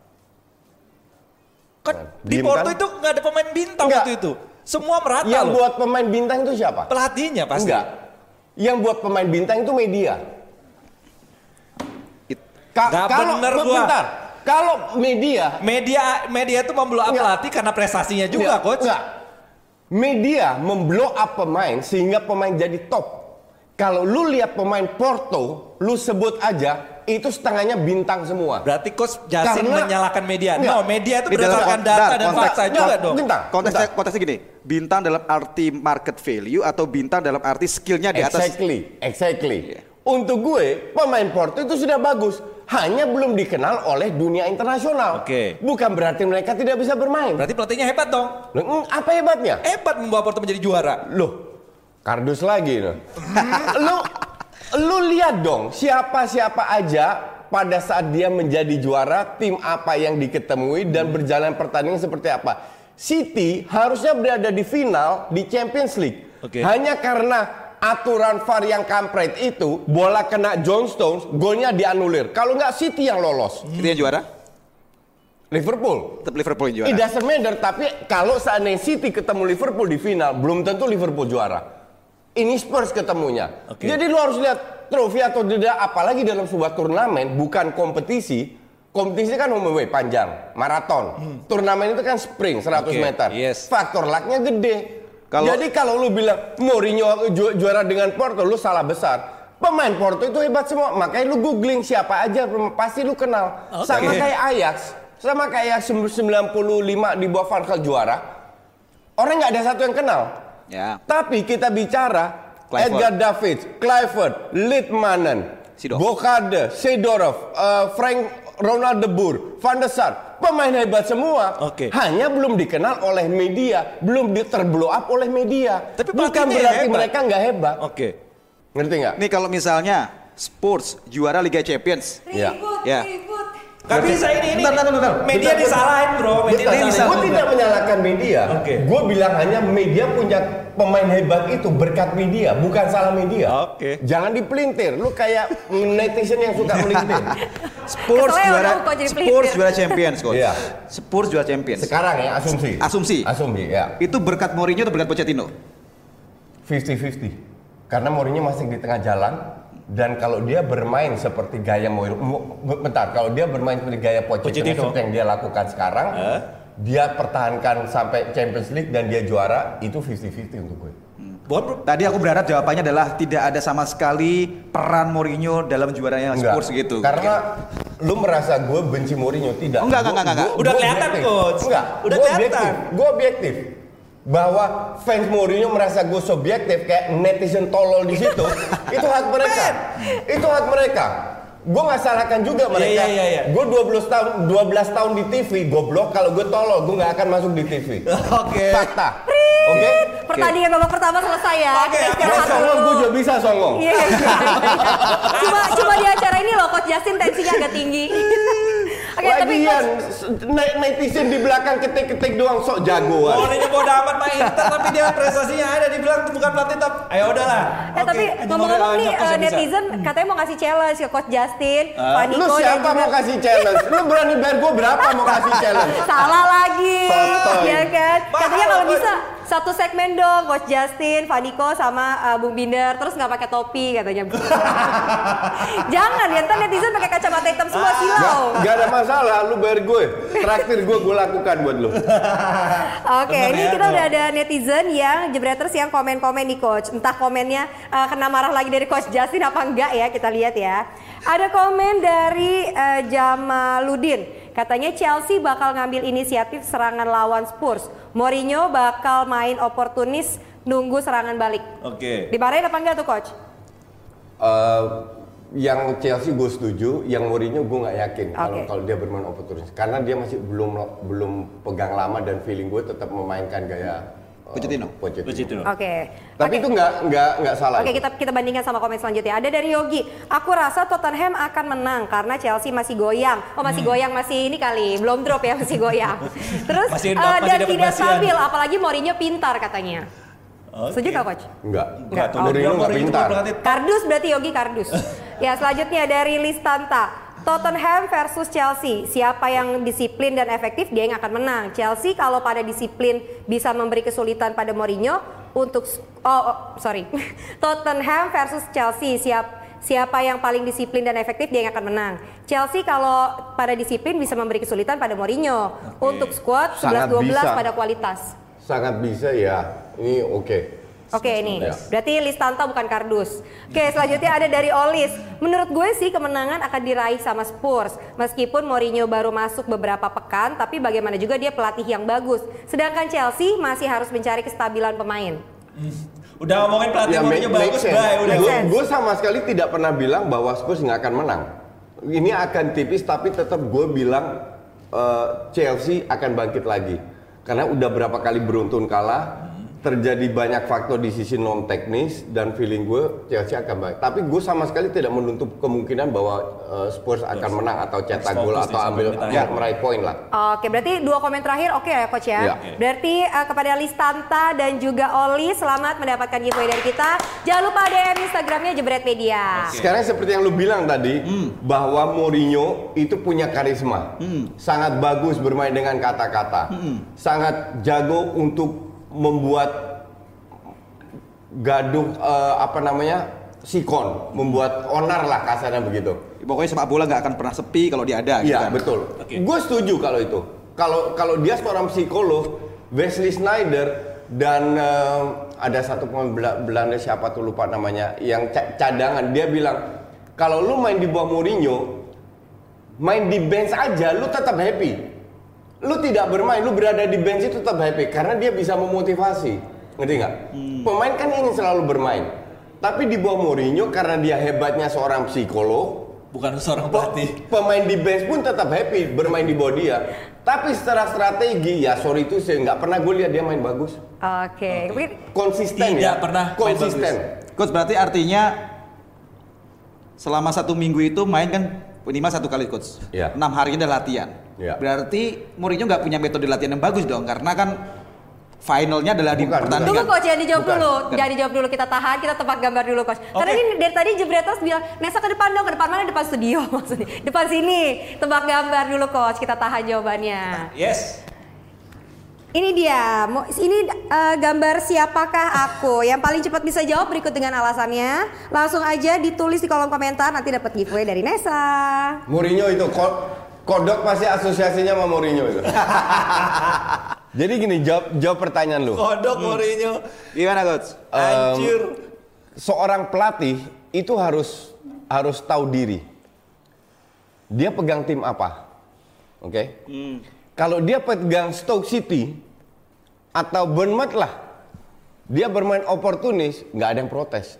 Kan di Diem Porto kan? itu nggak ada pemain bintang Nggak. waktu itu. Semua merata Yang loh. buat pemain bintang itu siapa? Pelatihnya pasti. Enggak. Yang buat pemain bintang itu media. It- Ka- Nggak kalau bener gua. bentar. Kalau media Media media itu memblow up Nggak. pelatih karena prestasinya juga, Enggak, coach. enggak. Media memblow up pemain sehingga pemain jadi top. Kalau lu lihat pemain Porto, lu sebut aja itu setengahnya bintang semua. Berarti coach Jasin Karena- menyalahkan media. Enggak. No, media itu Di dalam berdasarkan kon- data dan dan konteks- fakta juga Enggak, dong. bentar, Konteksnya, bentar. konteksnya gini, bintang dalam arti market value atau bintang dalam arti skillnya di atas. Exactly, exactly. Iya. Untuk gue, pemain Porto itu sudah bagus. Hanya belum dikenal oleh dunia internasional. Oke. Bukan berarti mereka tidak bisa bermain. Berarti pelatihnya hebat dong. Loh, mm, apa hebatnya? Hebat membawa Porto menjadi juara. Loh, kardus lagi loh. lu, lu lihat dong siapa-siapa aja pada saat dia menjadi juara, tim apa yang diketemui dan berjalan pertandingan seperti apa. City harusnya berada di final di Champions League. Oke. Hanya karena aturan V A R yang kampret itu, bola kena John Stones, golnya dianulir. Kalau nggak City yang lolos. Itu yang juara? Liverpool. Tetap Liverpool yang juara. It doesn't matter, tapi kalau seandainya City ketemu Liverpool di final, belum tentu Liverpool juara. Ini Spurs ketemunya. Oke. Jadi lu harus lihat trofi atau tidak, apalagi dalam sebuah turnamen, bukan kompetisi. Kompetisi kan home away, panjang, maraton. Turnamen itu kan sprint, seratus Oke, meter. yes. Faktor lucknya gede. Kalau- Jadi kalau lu bilang Mourinho ju- juara dengan Porto, lu salah besar. Pemain Porto itu hebat semua, makanya lu googling siapa aja, pasti lu kenal. Oke. Sama kayak Ajax. Sama kayak sembilan puluh lima di bawah Van Gaal juara, orang nggak ada satu yang kenal. Ya. Tapi kita bicara Kluivert. Edgar Davids, Kluivert, Litmanen, Seedorf. Bogarde, Seedorf, uh, Frank Ronald de Boer, Van der Sar, pemain hebat semua. Oke. Hanya belum dikenal oleh media, belum di terblow up oleh media. Tapi bukan pelatihnya berarti hebat. mereka nggak hebat. Oke. Ngerti nggak? Nih kalau misalnya Spurs juara Liga Champions. Ya. Ribut, Ya. ribut. Gak bisa ini, ini Bentar, bentar, bentar. media Bentar, disalahin bro, media Bentar, disalahin. gue tidak menyalahkan media. Oke. Gue bilang hanya media punya pemain hebat itu berkat media, bukan salah media. Oke. Jangan dipelintir. Lu kayak netizen yang suka melintir. Spurs Keselnya juara orang kok jadi Spurs pelintir. juara Champions, coach. Iya. Spurs juara Champions. Sekarang ya asumsi. Asumsi. Asumsi ya. Itu berkat Mourinho atau berkat Pochettino? lima puluh lima puluh. Karena Mourinho masih di tengah jalan dan kalau dia bermain seperti gaya Mourinho, Mo- bentar, kalau dia bermain seperti gaya Pochettino, Pochettino. seperti yang dia lakukan sekarang, Eh? dia pertahankan sampai Champions League dan dia juara, itu lima puluh lima puluh untuk gue. Bukan bro. Tadi aku berharap jawabannya adalah tidak ada sama sekali peran Mourinho dalam juaranya Spurs gitu. Karena lu merasa gue benci Mourinho, tidak. Oh, enggak, Gua- enggak, enggak, gua- Udah gua kelihatan, objektif. Coach. Enggak, Udah gua kelihatan. objektif. Gue objektif. Bahwa fans Mourinho merasa gue subjektif kayak netizen tolol di situ, itu hak mereka. Itu hak mereka. Gue nggak salahkan juga mereka. Iya, iya, iya. Gue dua belas tahun dua belas tahun di T V, goblok. Kalau gue tolol, gue nggak akan masuk di T V. Oke. Fakta. Oke? Pertandingan babak pertama selesai ya. Oke, Kita oke. Gue istirahat songong, dulu. gue juga bisa songong. Iya, iya, iya. Cuma cuma di acara ini loh Coach Justin tensinya agak tinggi. Oke, tapi Lagian, Coach, ne- netizen di belakang ketik-ketik doang sok jagoan. Mourinho bodo amat main Inter tapi dia prestasinya ada, dibilang bukan pelatih tetap. Ayo udahlah. eh tapi Oke, ngomong-ngomong nih Anjok eh, masih bisa. netizen katanya mau ngasih challenge ke Coach Justin, Faniko Lu dan siapa juga mau kasih challenge? Lu berani bayar gue berapa mau kasih challenge? salah lagi, Sotoy. ya kan? Katanya Mahal, kalau Coach. bisa satu segmen dong Coach Justin, Faniko sama uh, Bung Binder, terus nggak pakai topi katanya. Jangan ya, ntar netizen pakai kacamata hitam semua Gak, silau. gak ada masalah, lu bayar gue. Traktir gue, gue lakukan buat lu. Oke, Bener ini ya, kita tuh. udah ada netizen yang jebreters yang komen-komen nih Coach. Entah komennya uh, kena marah lagi dari Coach Justin apa enggak ya, kita lihat ya. Ada komen dari uh, Jamaludin. Katanya Chelsea bakal ngambil inisiatif serangan lawan Spurs. Mourinho bakal main oportunis nunggu serangan balik. Oke. Dimarahin apa enggak tuh Coach? Eh, Yang Chelsea gue setuju, yang Mourinho gue nggak yakin kalau Oke. kalau dia bermain oportunis, karena dia masih belum belum pegang lama dan feeling gue tetap memainkan gaya uh, Pochettino. Pochettino. Pochettino. Oke. Tapi Oke. itu nggak nggak nggak salah. Oke, itu. kita kita bandingkan sama komen selanjutnya. Ada dari Yogi. Aku rasa Tottenham akan menang karena Chelsea masih goyang. Oh, masih goyang, masih ini kali. Belum drop ya, masih goyang. Terus Masih- eh, masih dan dapat tidak basian. stabil, apalagi Mourinho pintar katanya. Oke. Setuju nggak, Coach? Enggak. Enggak. Tuh, Mourinho dia nggak Mourinho pintar. berarti Kardus berarti Yogi kardus. Ya, selanjutnya dari Listanta. Tottenham versus Chelsea. Siapa yang disiplin dan efektif, dia yang akan menang. Chelsea kalau pada disiplin bisa memberi kesulitan pada Mourinho untuk oh, oh sorry. Tottenham versus Chelsea. Siap siapa yang paling disiplin dan efektif, dia yang akan menang. Chelsea kalau pada disiplin bisa memberi kesulitan pada Mourinho. Untuk squad sebelas dua belas bisa. pada kualitas. Sangat bisa ya. Ini oke. Oke, ini Ya. berarti Listanta bukan kardus. Oke, selanjutnya ada dari Olis. Menurut gue sih kemenangan akan diraih sama Spurs. Meskipun Mourinho baru masuk beberapa pekan, tapi bagaimana juga dia pelatih yang bagus. Sedangkan Chelsea masih harus mencari kestabilan pemain. Udah ngomongin pelatih Ya, Mourinho make- make bagus, sense. bye. Udah. Make Gue sense. gue sama sekali tidak pernah bilang bahwa Spurs nggak akan menang. Ini akan tipis, tapi tetap gue bilang eh, Chelsea akan bangkit lagi. Karena udah berapa kali beruntun kalah, terjadi banyak faktor di sisi non teknis dan feeling gue Chelsea akan bangkit. Tapi gue sama sekali tidak menutup kemungkinan bahwa eh, Spurs akan menang atau cetak Harus gol fokus atau nih ambil sampai menit akhir. meraih poin lah. Oke, berarti dua komen terakhir oke ya Coach ya. Ya. Berarti eh, kepada Listanta dan juga Oli selamat mendapatkan giveaway dari kita. Jangan lupa D M Instagramnya Jebret Media. Sekarang seperti yang lu bilang tadi, bahwa Mourinho itu punya karisma, sangat bagus bermain dengan kata-kata, sangat jago untuk membuat gaduh eh, apa namanya sikon, membuat onar lah kasarnya begitu. Pokoknya sepak bola nggak akan pernah sepi kalau dia ada. gitu Iya kan. betul. Oke. Gue setuju kalau itu. Kalau kalau dia seorang psikolog, Wesley Sneijder dan eh, ada satu pemain Bela- Belanda siapa tuh lupa namanya, yang ca- cadangan, dia bilang kalau lu main di bawah Mourinho, main di bench aja lu tetap happy. Lu tidak bermain, lu berada di bench itu tetap happy karena dia bisa memotivasi. Ngerti nggak? Pemain kan ingin selalu bermain. Tapi di bawah Mourinho karena dia hebatnya seorang psikolog, Bukan seorang Pe- pelatih. pemain di bench pun tetap happy bermain di bawah dia. Tapi secara strategi ya sorry itu saya nggak pernah gue lihat dia main bagus. Oke, mungkin Konsisten Tidak ya. pernah main konsisten. Coach berarti artinya selama satu minggu itu main kan minimal satu kali coach. Iya. Enam hari ini latihan. Iya. Berarti Mourinho nggak punya metode latihan yang bagus dong karena kan finalnya adalah di Bukan, pertandingan. tunggu Coach, jangan dijawab Bukan, dulu. bukan. Jangan dijawab dulu, kita tahan, kita tebak gambar dulu Coach. Karena Oke. ini dari tadi Jebreters bilang, Nesa ke depan dong, ke depan mana? Depan studio maksudnya. Depan sini. Tebak gambar dulu Coach, kita tahan jawabannya. Yes. Ini dia, Mo- ini eh, gambar siapakah aku? Yang paling cepat bisa jawab berikut dengan alasannya. Langsung aja ditulis di kolom komentar, nanti dapat giveaway dari Nesa. Mourinho itu ko- kodok pasti asosiasinya sama Mourinho itu. Jadi gini, jawab jawab pertanyaan lu. Kodok Mourinho. Gimana coach? Anjir. Seorang pelatih itu harus harus tahu diri. Dia pegang tim apa? Oke? Kalau dia pegang Stoke City atau Bournemouth lah, dia bermain oportunis, nggak ada yang protes.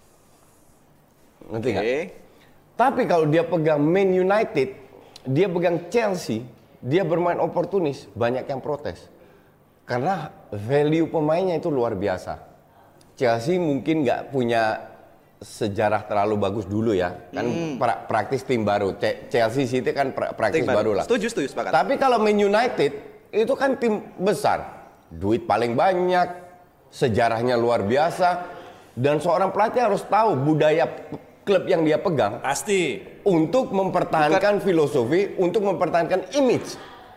Ngerti nggak? Oke. Tapi kalau dia pegang Man United, dia pegang Chelsea, dia bermain oportunis, banyak yang protes. Karena value pemainnya itu luar biasa. Chelsea mungkin nggak punya sejarah terlalu bagus dulu ya, kan pra- praktis tim baru. Ce- Chelsea City kan pra- praktis Tim baru baru. lah. Setuju, setuju, sepakat. Tapi kalau Man United itu kan tim besar, duit paling banyak, sejarahnya luar biasa, dan seorang pelatih harus tahu budaya p- klub yang dia pegang Pasti. untuk mempertahankan filosofi, untuk mempertahankan image.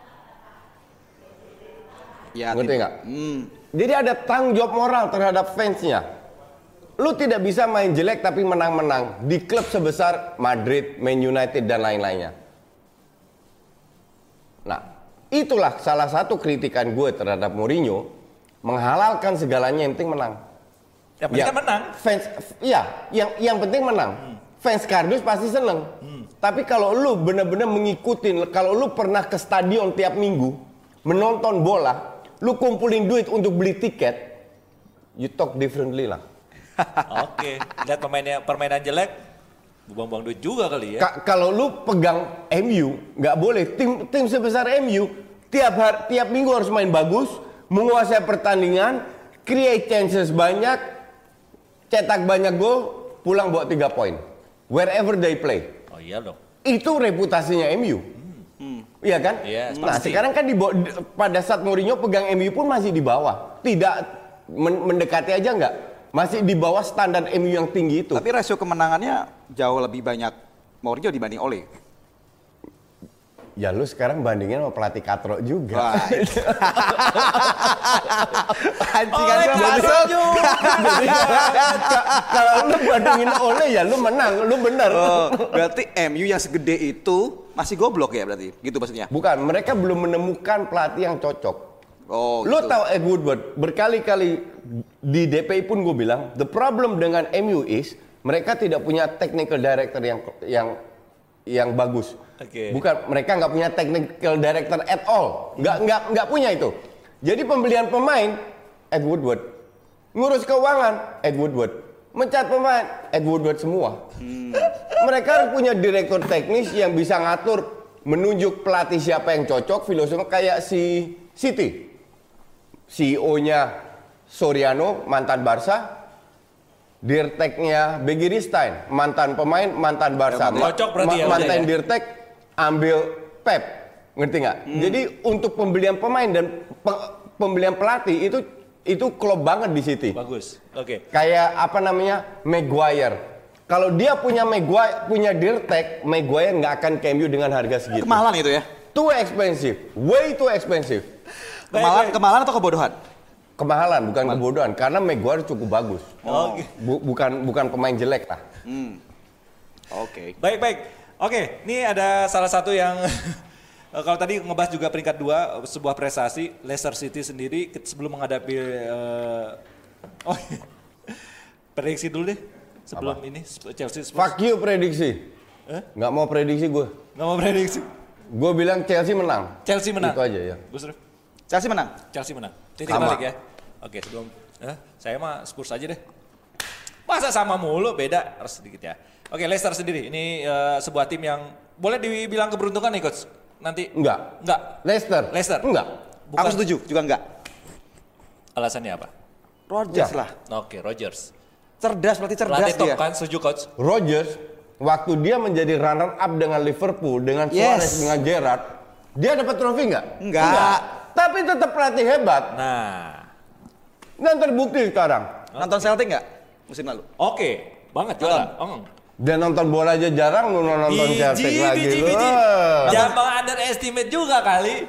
Ya, Ngerti tim- nggak? Hmm. Jadi ada tanggung jawab moral terhadap fansnya. Lu tidak bisa main jelek tapi menang-menang di klub sebesar Madrid, Man United dan lain-lainnya. Nah, itulah salah satu kritikan gue terhadap Mourinho, menghalalkan segalanya yang penting menang. Yang penting kan menang. Fans, iya, yang yang penting menang. Fans kardus pasti seneng. Tapi kalau lu bener-bener mengikutin, kalau lu pernah ke stadion tiap minggu menonton bola, lu kumpulin duit untuk beli tiket, you talk differently lah. Oke. Lihat pemainnya permainan jelek. Buang-buang duit juga kali ya. Ka- kalau lu pegang M U, nggak boleh. Tim tim sebesar M U tiap hari, tiap minggu harus main bagus, menguasai pertandingan, create chances banyak, cetak banyak gol, pulang bawa tiga poin. Wherever they play. Oh iya dong. Itu reputasinya M U. Hmm. Iya kan? Yes, nah pasti. sekarang kan di bawah- pada saat Mourinho pegang M U pun masih di bawah. Tidak men- mendekati aja nggak. Masih di bawah standar M U yang tinggi itu. Tapi rasio kemenangannya jauh lebih banyak Mourinho dibanding Ole. Ya lu sekarang bandingin sama pelatih Katro juga. Wah. Anjing Oleh kan masuk juga. Kalau lu bandingin Ole ya lu menang, lu bener. Oh, berarti M U yang segede itu masih goblok ya berarti? Gitu maksudnya? Bukan, mereka belum menemukan pelatih yang cocok. Oh, Lu gitu. tahu Ed Woodward berkali-kali di D P I pun gue bilang, the problem dengan M U is mereka tidak punya technical director yang yang yang bagus. Oke. Bukan, mereka nggak punya technical director at all. Nggak nggak nggak punya itu. Jadi pembelian pemain Ed Woodward, ngurus keuangan Ed Woodward, mencat pemain Ed Woodward semua. Hmm. Mereka punya direktur teknis yang bisa ngatur, menunjuk pelatih siapa yang cocok, filosofi kayak si City. C E O-nya Soriano, mantan Barca. Dirteknya Begiristain, mantan pemain, mantan Barca. Ya, cocok berarti ya, mantan udah ya. Dirtek, ambil Pep. Ngerti nggak? Hmm. Jadi untuk pembelian pemain dan pe- pembelian pelatih itu itu klop banget di City. Bagus. Oke. Kayak apa namanya? Maguire. Kalau dia punya Maguire, punya Dirtek, Maguire nggak akan ke M U dengan harga segitu. Kemahalan itu ya? Too expensive, way too expensive. Kemahalan, kemahalan atau kebodohan? Kemahalan, bukan kebodohan, karena Maguire cukup bagus. Oh. Bu- bukan bukan pemain jelek lah. Hmm. Oke. Baik, baik. Oke, ini ada salah satu yang kalau tadi ngebahas juga peringkat dua sebuah prestasi Leicester City sendiri sebelum menghadapi uh, oh prediksi dulu deh sebelum Apa? ini Chelsea Spurs. Fuck you prediksi. Eh? Nggak mau prediksi gue. Nggak mau prediksi. Gue bilang Chelsea menang. Chelsea menang. Itu aja ya. Gus Rif, Chelsea menang? Chelsea menang. Titik Sama. balik ya. Oke, sebelum eh, saya mah Spurs aja deh. Masa sama mulu, beda harus sedikit ya. Oke, Leicester sendiri ini uh, sebuah tim yang boleh dibilang keberuntungan nih coach. Nanti Enggak. Enggak. Leicester. Leicester. Enggak. Bukan. Aku setuju, juga enggak. Alasannya apa? Rodgers Ya. lah. Oke, Rodgers. Cerdas, berarti cerdas Pelatih top dia. kan, setuju coach? Rodgers waktu dia menjadi runner up dengan Liverpool, dengan Suarez, Yes. dengan Gerrard, dia dapat trofi nggak? Enggak. Tapi tetap pelatih hebat. Nah, Dan terbukti sekarang. Nonton Celtic enggak musim lalu? oke, banget juga. Oh. Dan nonton bola aja jarang, lu nonton Biji, Celtic lagi. biji, lu. biji. Wah. Jangan underestimate juga kali.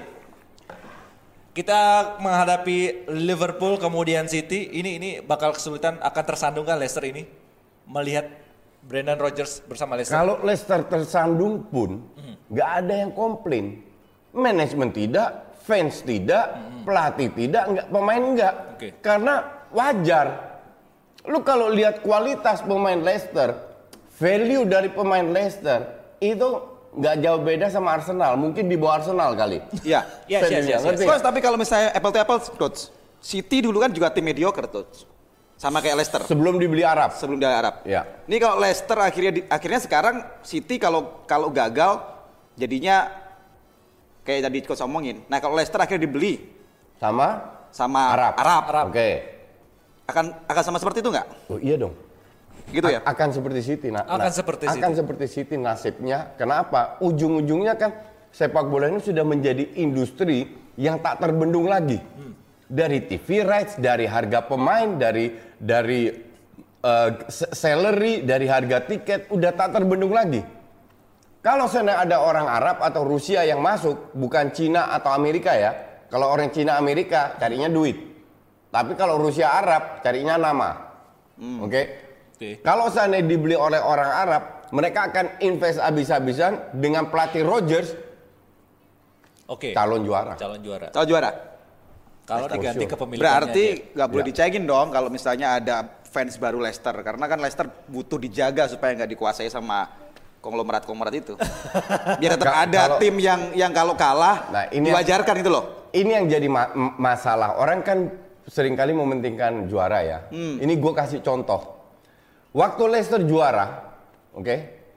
Kita menghadapi Liverpool kemudian City, ini ini bakal kesulitan, akan tersandung kan Leicester ini melihat Brendan Rodgers bersama Leicester. Kalau Leicester tersandung pun, nggak ada yang komplain. Manajemen tidak, fans tidak, pelatih tidak, nggak pemain nggak. Oke. Karena wajar. Lu kalau lihat kualitas pemain Leicester, value dari pemain Leicester itu nggak jauh beda sama Arsenal. Mungkin di bawah Arsenal kali. Iya. Yes, yes, Value-nya, yes, yes. ngerti Coach, nggak? tapi kalau misalnya apple to apple, coach, City dulu kan juga tim mediocre, coach. Sama kayak Leicester Sebelum dibeli Arab. sebelum dari Arab. Ya. Ini kalau Leicester akhirnya di- akhirnya sekarang City kalau kalau gagal jadinya kayak tadi coach omongin. Nah, kalau Leicester akhirnya dibeli Sama sama Arab. Arab, Oke. akan akan sama seperti itu nggak? Oh iya dong. Gitu ya? A- Akan seperti City. Nah, Akan nah, seperti akan City. seperti City nasibnya. Kenapa? Ujung-ujungnya kan sepak bola ini sudah menjadi industri yang tak terbendung lagi. Hmm. Dari T V rights, dari harga pemain, dari dari uh, s- salary, dari harga tiket, udah tak terbendung lagi. Kalau seandainya ada orang Arab atau Rusia yang masuk, bukan Cina atau Amerika ya. Kalau orang Cina Amerika carinya duit. Tapi kalau Rusia Arab carinya nama. Oke? Oke. Kalau seandainya dibeli oleh orang Arab, mereka akan invest habis-habisan dengan pelatih Rodgers, Oke. calon juara. Calon juara. Tahu juara? Kalau diganti sure. kepemilikannya. Berarti aja. nggak boleh Ya. dicengin dong kalau misalnya ada fans baru Leicester, karena kan Leicester butuh dijaga supaya nggak dikuasai sama konglomerat-konglomerat itu. Biar tetap Ka- ada kalau- tim yang yang kalau kalah Nah, ini- diwajarkan itu loh. Ini yang jadi ma- m- masalah. Orang kan seringkali mementingkan juara ya. Ini gue kasih contoh. Waktu Leicester juara, oke,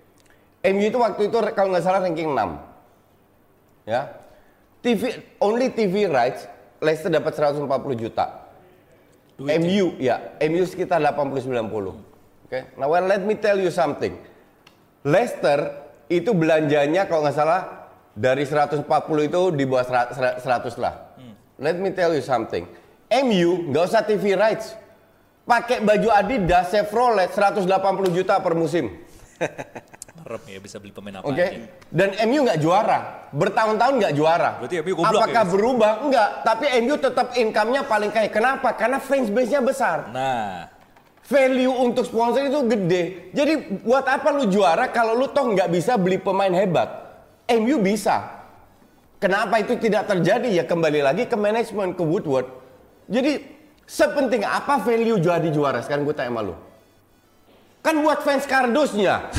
M U itu waktu itu kalau nggak salah ranking enam. Ya. T V only T V rights Leicester dapat seratus empat puluh juta. Duit M U ya, M U sekitar delapan puluh sembilan puluh. Oke. Okay? Now well, let me tell you something. Leicester itu belanjanya kalau nggak salah dari seratus empat puluh itu di bawah seratus lah. Hmm. Let me tell you something. M U nggak usah T V rights. Pakai baju Adidas, Chevrolet seratus delapan puluh juta per musim. Merem ya, bisa beli pemain apa Oke. Okay. aja. Dan M U nggak juara. Bertahun-tahun nggak juara. Berarti M U goblok. Apakah ya, berubah? Enggak. Tapi M U tetap income-nya paling kaya. Kenapa? Karena fans base-nya besar. Nah. Value untuk sponsor itu gede. Jadi buat apa lu juara kalau lu toh nggak bisa beli pemain hebat? M U bisa. Kenapa itu tidak terjadi? Ya kembali lagi ke manajemen, ke Woodward. Jadi sepenting apa value jadi juara? Sekarang gue tanya sama lu. Kan buat fans kardusnya.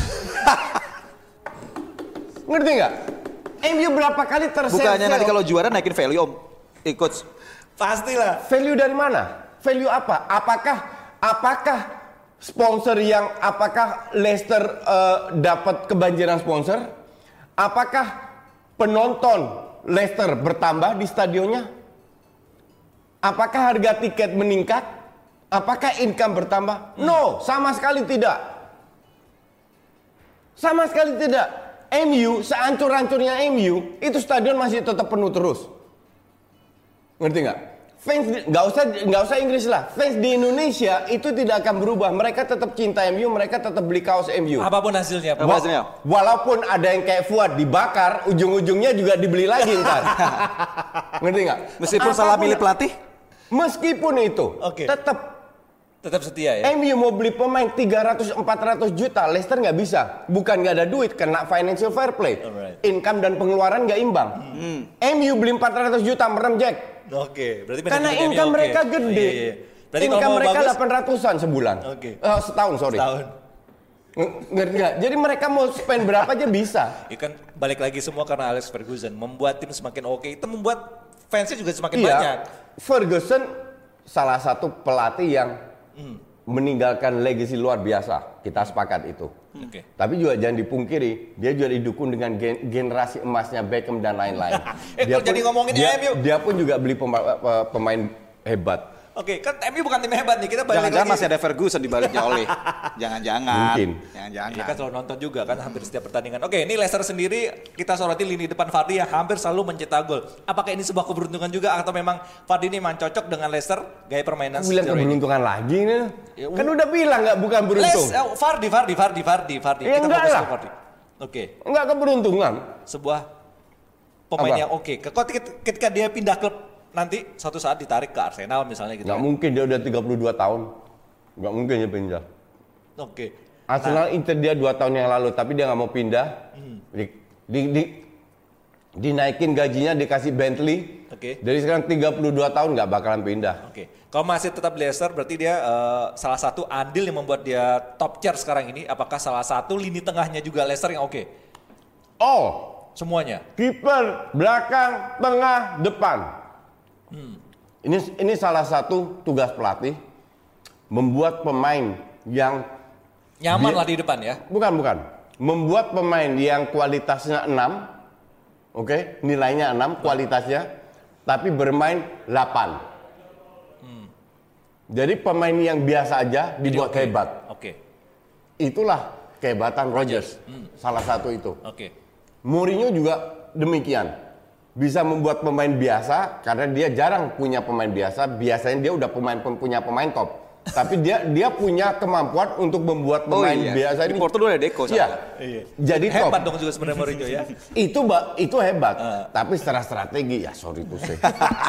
Ngerti nggak? M U berapa kali tersel? Bukannya nanti kalau juara naikin value om? Ikut. Pastilah. Value dari mana? Value apa? Apakah apakah sponsor yang apakah Leicester uh, dapat kebanjiran sponsor? Apakah penonton Leicester bertambah di stadionnya? Apakah harga tiket meningkat? Apakah income bertambah? No, sama sekali tidak. Sama sekali tidak. M U, sehancur-hancurnya M U, itu stadion masih tetap penuh terus. Ngerti nggak? Fans nggak usah nggak usah Inggris lah. Fans di Indonesia itu tidak akan berubah. Mereka tetap cinta M U, mereka tetap beli kaos M U. Apapun hasilnya. Apa hasilnya? Walaupun ada yang kayak Fuad dibakar, ujung-ujungnya juga dibeli lagi ntar. Ngerti nggak? Meskipun Apapun, salah milih pelatih? Meskipun itu, Oke. tetap Tetap setia ya. M U mau beli pemain tiga ratus sampai empat ratus juta, Leicester nggak bisa. Bukan nggak ada duit, kena financial fair play. Alright. Income dan pengeluaran nggak imbang. Hmm. M U beli empat ratus juta merem Jack. Oke, berarti Karena manajemen income M U mereka oke. gede. Oh, iya, iya. Berarti Income kalau mau mereka bagus, delapan ratusan sebulan. Oke. Eh, setahun, sorry. Setahun. Ng- Ngerti nggak? Jadi mereka mau spend berapa aja bisa. Ya kan balik lagi semua karena Alex Ferguson membuat tim semakin oke, itu membuat fansnya juga semakin Iya. banyak. Ferguson salah satu pelatih yang Hmm. meninggalkan legacy luar biasa. Kita sepakat itu. Oke. Tapi juga jangan dipungkiri, dia juga didukung dengan gen- generasi emasnya Beckham dan lain-lain. Eh, kalau jadi ngomongin dia, M U. dia pun juga beli pema- pe- pemain hebat. Oke, kan M U bukan tim hebat nih, kita balik Jangan-jangan lagi. masih ada Ferguson di baliknya oleh. Jangan-jangan. Mungkin. Jangan-jangan. Ya kan selalu nonton juga kan hampir setiap pertandingan. Oke, ini Leicester sendiri kita soroti lini depan Vardy yang hampir selalu mencetak gol. Apakah ini sebuah keberuntungan juga atau memang Vardy ini memang cocok dengan Leicester gaya permainan Bilang sejauh ini? keberuntungan lagi nih. Ya, Kan udah bilang nggak bukan beruntung. Les, oh, Vardy, Vardy, Vardy, Vardy, Vardy. Ya, kita enggak fokus lah. ke Vardy. Oke, Nggak keberuntungan. sebuah pemain Apa? yang oke. Ketika, ketika dia pindah klub nanti suatu saat ditarik ke Arsenal misalnya gitu. Nggak kan? mungkin, dia udah tiga puluh dua tahun. Nggak mungkin dia pindah. Oke. Arsenal Inter dia dua tahun yang lalu, tapi dia nggak mau pindah. Hmm. Di, di, di, dinaikin gajinya, dikasih Bentley. Oke. Dari sekarang tiga puluh dua tahun nggak bakalan pindah. Oke, kalau masih tetap Leicester berarti dia eh, salah satu andil yang membuat dia top tier sekarang ini. Apakah salah satu lini tengahnya juga Leicester yang oke? Oh, Semuanya. kiper, belakang, tengah, depan. Hmm. Ini ini salah satu tugas pelatih, membuat pemain yang Nyaman Dia- lah di depan ya. bukan bukan, membuat pemain yang kualitasnya enam, oke, nilainya enam kualitasnya, tapi bermain delapan. Hmm. Jadi pemain yang biasa aja dibuat Oke. hebat. Oke, Itulah kehebatan Rodgers. Hmm. Salah satu itu. oke. Mourinho juga demikian. Bisa membuat pemain biasa karena dia jarang punya pemain biasa. Biasanya dia udah pemain punya pemain top. Tapi dia dia punya kemampuan untuk membuat Oh pemain iya. biasa Di ini. Porto dulu ada Deco. Iya. Iya. Jadi top. Hebat dong juga sebenarnya Mourinho ya. Itu ba- itu hebat. Uh. Tapi secara strategi ya sorry to say.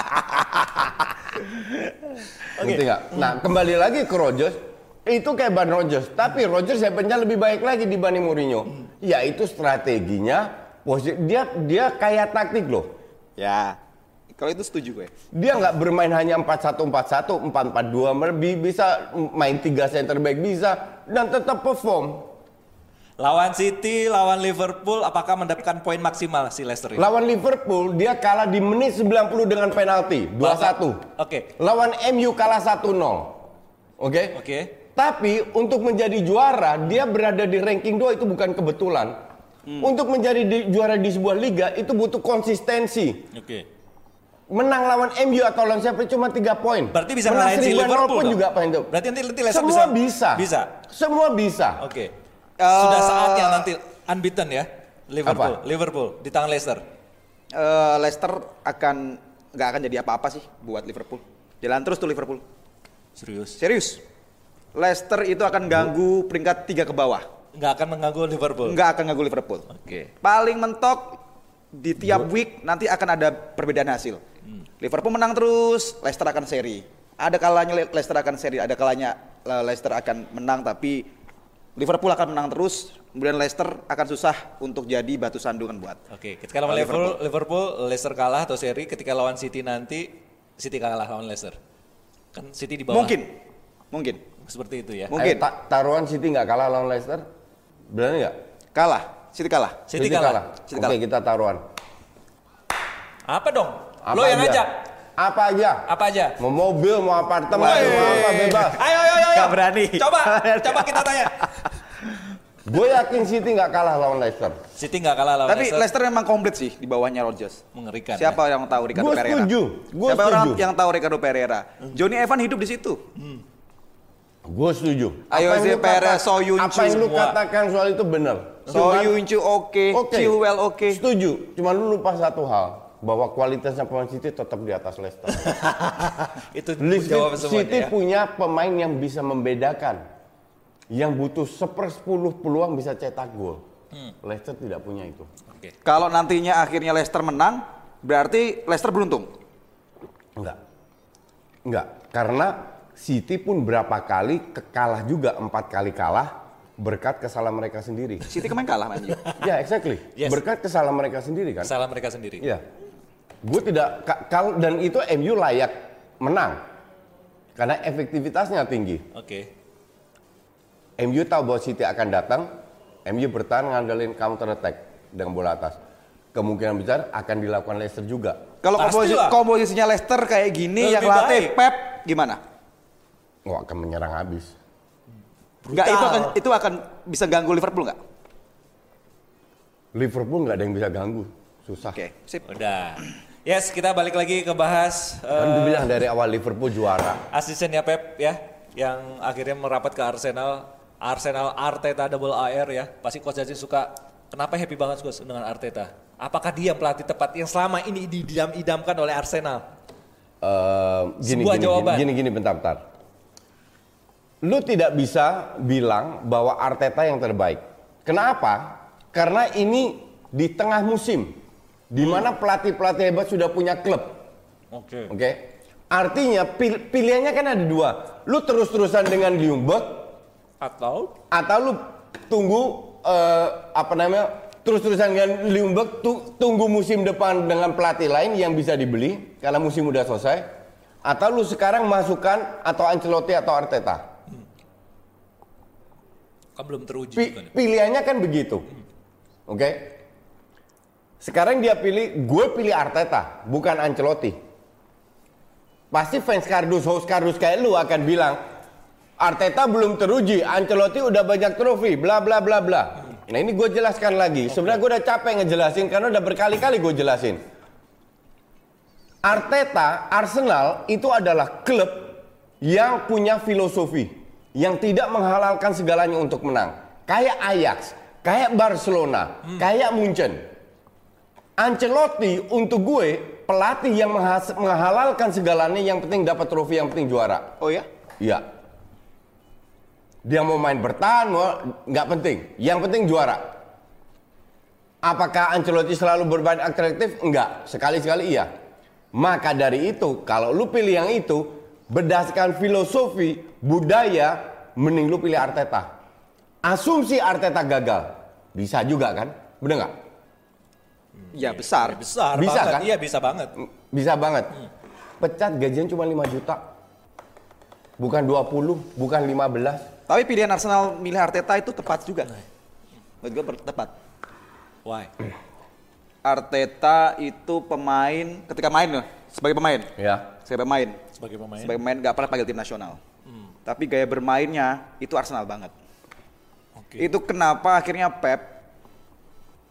Oke. Ngerti nggak? Nah kembali lagi ke Rodgers. Itu kayak Ban Rodgers. Tapi Rodgers hebatnya lebih baik lagi dibanding Mourinho. Yaitu strateginya. Posi- dia dia kayak taktik loh. Ya. Kalau itu setuju gue. Dia nggak bermain hanya empat satu empat satu, empat empat dua, lebih bisa main tiga center back bisa dan tetap perform. Lawan City, lawan Liverpool, apakah mendapatkan poin maksimal si Leicester ini? Lawan Liverpool dia kalah di menit sembilan puluh dengan penalti dua satu. Oke. Lawan M U kalah satu nol. Oke? Oke. Tapi untuk menjadi juara dia berada di ranking dua itu bukan kebetulan. Hmm. Untuk menjadi di, juara di sebuah liga itu butuh konsistensi. Oke. Okay. Menang lawan M U atau lawan siapa cuma tiga poin. Berarti bisa menang ngalahin si Liverpool pun dong? juga apa itu. Berarti nanti nanti Leicester semua bisa. bisa. Bisa. Semua bisa. Oke. Okay. Uh, Sudah saatnya nanti unbeaten ya Liverpool. Apa? Liverpool di tangan Leicester. Uh, Leicester akan nggak akan jadi apa-apa sih buat Liverpool. Jalan terus tuh Liverpool. Serius. Serius. Leicester itu akan ganggu peringkat tiga ke bawah. Nggak akan mengganggu Liverpool. Nggak akan ganggu Liverpool. Oke. Okay. Paling mentok di tiap week nanti akan ada perbedaan hasil. Hmm. Liverpool menang terus, Leicester akan seri. Ada kalanya Leicester akan seri, ada kalanya Leicester akan menang tapi Liverpool akan menang terus. Kemudian Leicester akan susah untuk jadi batu sandungan buat. Oke, okay. Ketika lawan Liverpool, Liverpool, Leicester kalah atau seri. Ketika lawan City nanti, City kalah lawan Leicester. Kan City di bawah. Mungkin, mungkin. Seperti itu ya. Mungkin. Eh, ta taruhan City nggak kalah lawan Leicester? Berani nggak? Kalah, City kalah. City, City kalah. City Oke, kalah. kita taruhan. Apa dong? Apa Lo yang aja? ajak. Apa aja? Apa aja? Mau mobil, mau apartemen, mau apa bebas. Ayo, ayo, ayo. Gak berani. Coba, coba kita tanya. Gue yakin City nggak kalah lawan Leicester. City nggak kalah lawan Tapi Leicester. Leicester memang komplit sih di bawahnya Rodgers. Mengerikan. Siapa ya? yang tahu Ricardo Gua Pereira? setuju. Gua Siapa setuju. orang yang tahu Ricardo Pereira? Johnny Evans hidup di situ. Hmm. Gue setuju. Ayo, Apa yang si lu Perez, kata- Soyuncu Apa yang lu semua. katakan soal itu benar. Soyuncu oke, Oke. Chilwell oke. Setuju. Cuma lu lupa satu hal. Bahwa kualitasnya pemain City tetap di atas Leicester. Itu Leicester jawab semuanya City ya. punya pemain yang bisa membedakan. Yang butuh sepersepuluh peluang bisa cetak gol. Hmm. Leicester tidak punya itu. Oke. Kalau nantinya akhirnya Leicester menang, berarti Leicester beruntung. Enggak. Enggak. Karena City pun berapa kali kalah juga, empat kali kalah berkat kesalahan mereka sendiri. City kemarin kalah main. Ya, exactly. Yes. Berkat kesalahan mereka sendiri kan. Salah mereka sendiri. Iya. Gue tidak kalau dan itu M U layak menang karena efektivitasnya tinggi. Oke. M U tahu bahwa City akan datang, M U bertahan ngandelin counter attack dengan bola atas. Kemungkinan besar akan dilakukan Leicester juga. Kalau Pasti komposi lah. komposisinya Leicester kayak gini, Lebih yang latih baik. Pep gimana? Oh, akan menyerang habis. Enggak, itu akan itu akan bisa ganggu Liverpool nggak? Liverpool nggak ada yang bisa ganggu, susah. Oke, sip. Udah. Yes, kita balik lagi ke bahas Kan uh, dibilang dari awal Liverpool juara. asistennya Pep ya, yang akhirnya merapat ke Arsenal. Arsenal Arteta double A R ya. Pasti Coach Jasin suka. Kenapa happy banget Coach dengan Arteta? Apakah dia pelatih tepat yang selama ini didam-idamkan oleh Arsenal? Uh, gini, Sebuah gini, jawaban. gini, gini, bentar-bentar. Lu tidak bisa bilang bahwa Arteta yang terbaik. Kenapa? Karena ini di tengah musim, di mana pelatih-pelatih hebat sudah punya klub. Oke. Oke. Artinya pil- pilihannya kan ada dua. Lu terus-terusan dengan Ljungberg Atau atau lu tunggu eh, apa namanya terus-terusan dengan Ljungberg tu- tunggu musim depan dengan pelatih lain yang bisa dibeli karena musim udah selesai, atau lu sekarang masukkan atau Ancelotti atau Arteta. kan belum teruji Pi- bukan ya? pilihannya kan begitu. Oke. Sekarang dia pilih, gue pilih Arteta, bukan Ancelotti. Pasti fans kardus, host kardus kayak lu akan bilang, Arteta belum teruji, Ancelotti udah banyak trofi, bla bla bla bla. Nah ini gue jelaskan lagi. Sebenarnya gue udah capek ngejelasin karena udah berkali-kali gue jelasin. Arteta, Arsenal itu adalah klub yang punya filosofi, yang tidak menghalalkan segalanya untuk menang. Kayak Ajax, kayak Barcelona, hmm. kayak Munchen. Ancelotti untuk gue pelatih yang menghas- menghalalkan segalanya, yang penting dapat trofi, yang penting juara. Oh ya? Iya. Dia mau main bertahan, mau nggak penting. Yang penting juara. Apakah Ancelotti selalu bermain atraktif? Enggak. Sekali-sekali iya. Maka dari itu, kalau lu pilih yang itu, berdasarkan filosofi, budaya, mending lu pilih Arteta. Asumsi Arteta gagal. Bisa juga kan? Bener nggak? Ya besar. Besar Bisa, banget. kan? Iya bisa banget. Bisa banget. Pecat gajian cuma lima juta. Bukan dua puluh, bukan lima belas. Tapi pilihan Arsenal milih Arteta itu tepat juga. Menurut gue ber- tepat. Why? Arteta itu pemain ketika main loh, sebagai pemain. Ya. Sebagai pemain. Sebagai pemain. Sebagai pemain gak pernah panggil tim nasional. Hmm. Tapi gaya bermainnya itu Arsenal banget. Oke. Itu kenapa akhirnya Pep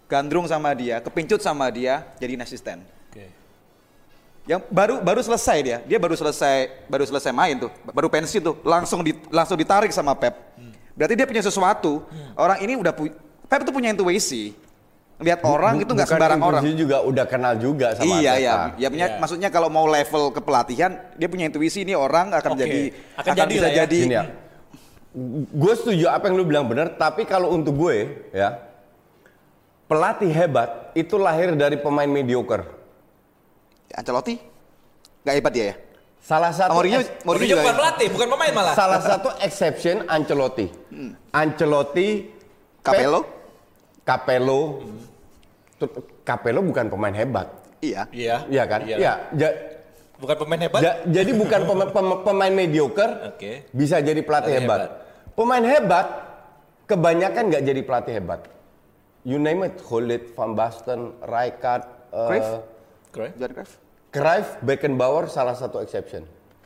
gandrung sama dia, kepincut sama dia, jadi asisten. Oke. Yang baru baru selesai dia, dia baru selesai baru selesai main tuh, baru pensiun tuh, langsung di, langsung ditarik sama Pep. Hmm. Berarti dia punya sesuatu. Hmm. Orang ini udah pu- Pep tuh punya intuisi. Lihat orang itu nggak sembarang orang. Bukan juga udah kenal juga sama Iya Arteta. iya, ya punya yeah. maksudnya kalau mau level kepelatihan, dia punya intuisi ini orang akan Oke. jadi Akan akan jadi bisa lah ya. jadi. Gini ya, gue setuju apa yang lu bilang benar, tapi kalau untuk gue ya, pelatih hebat itu lahir dari pemain mediocre. Ancelotti nggak hebat dia ya? Salah satu Mourinho, ex- Mourinho Mourinho juga bukan ya? pelatih, bukan pemain malah. salah satu exception Ancelotti. Hmm. Ancelotti, Capello? Pep, Capello, Tuh, Capello bukan pemain hebat. Iya. Iya. Iya kan? Iya. Iya. Ja- Bukan pemain hebat. ja- jadi bukan pema- pema- pemain mediocre, Oke. bisa jadi pelatih Pelatih hebat. hebat. Pemain hebat kebanyakan nggak jadi pelatih hebat. You name it, Gullit, Van Basten, Rijkaard, uh, Cruyff? Correct. Johan Cruyff. Cruyff, Beckenbauer salah satu exception.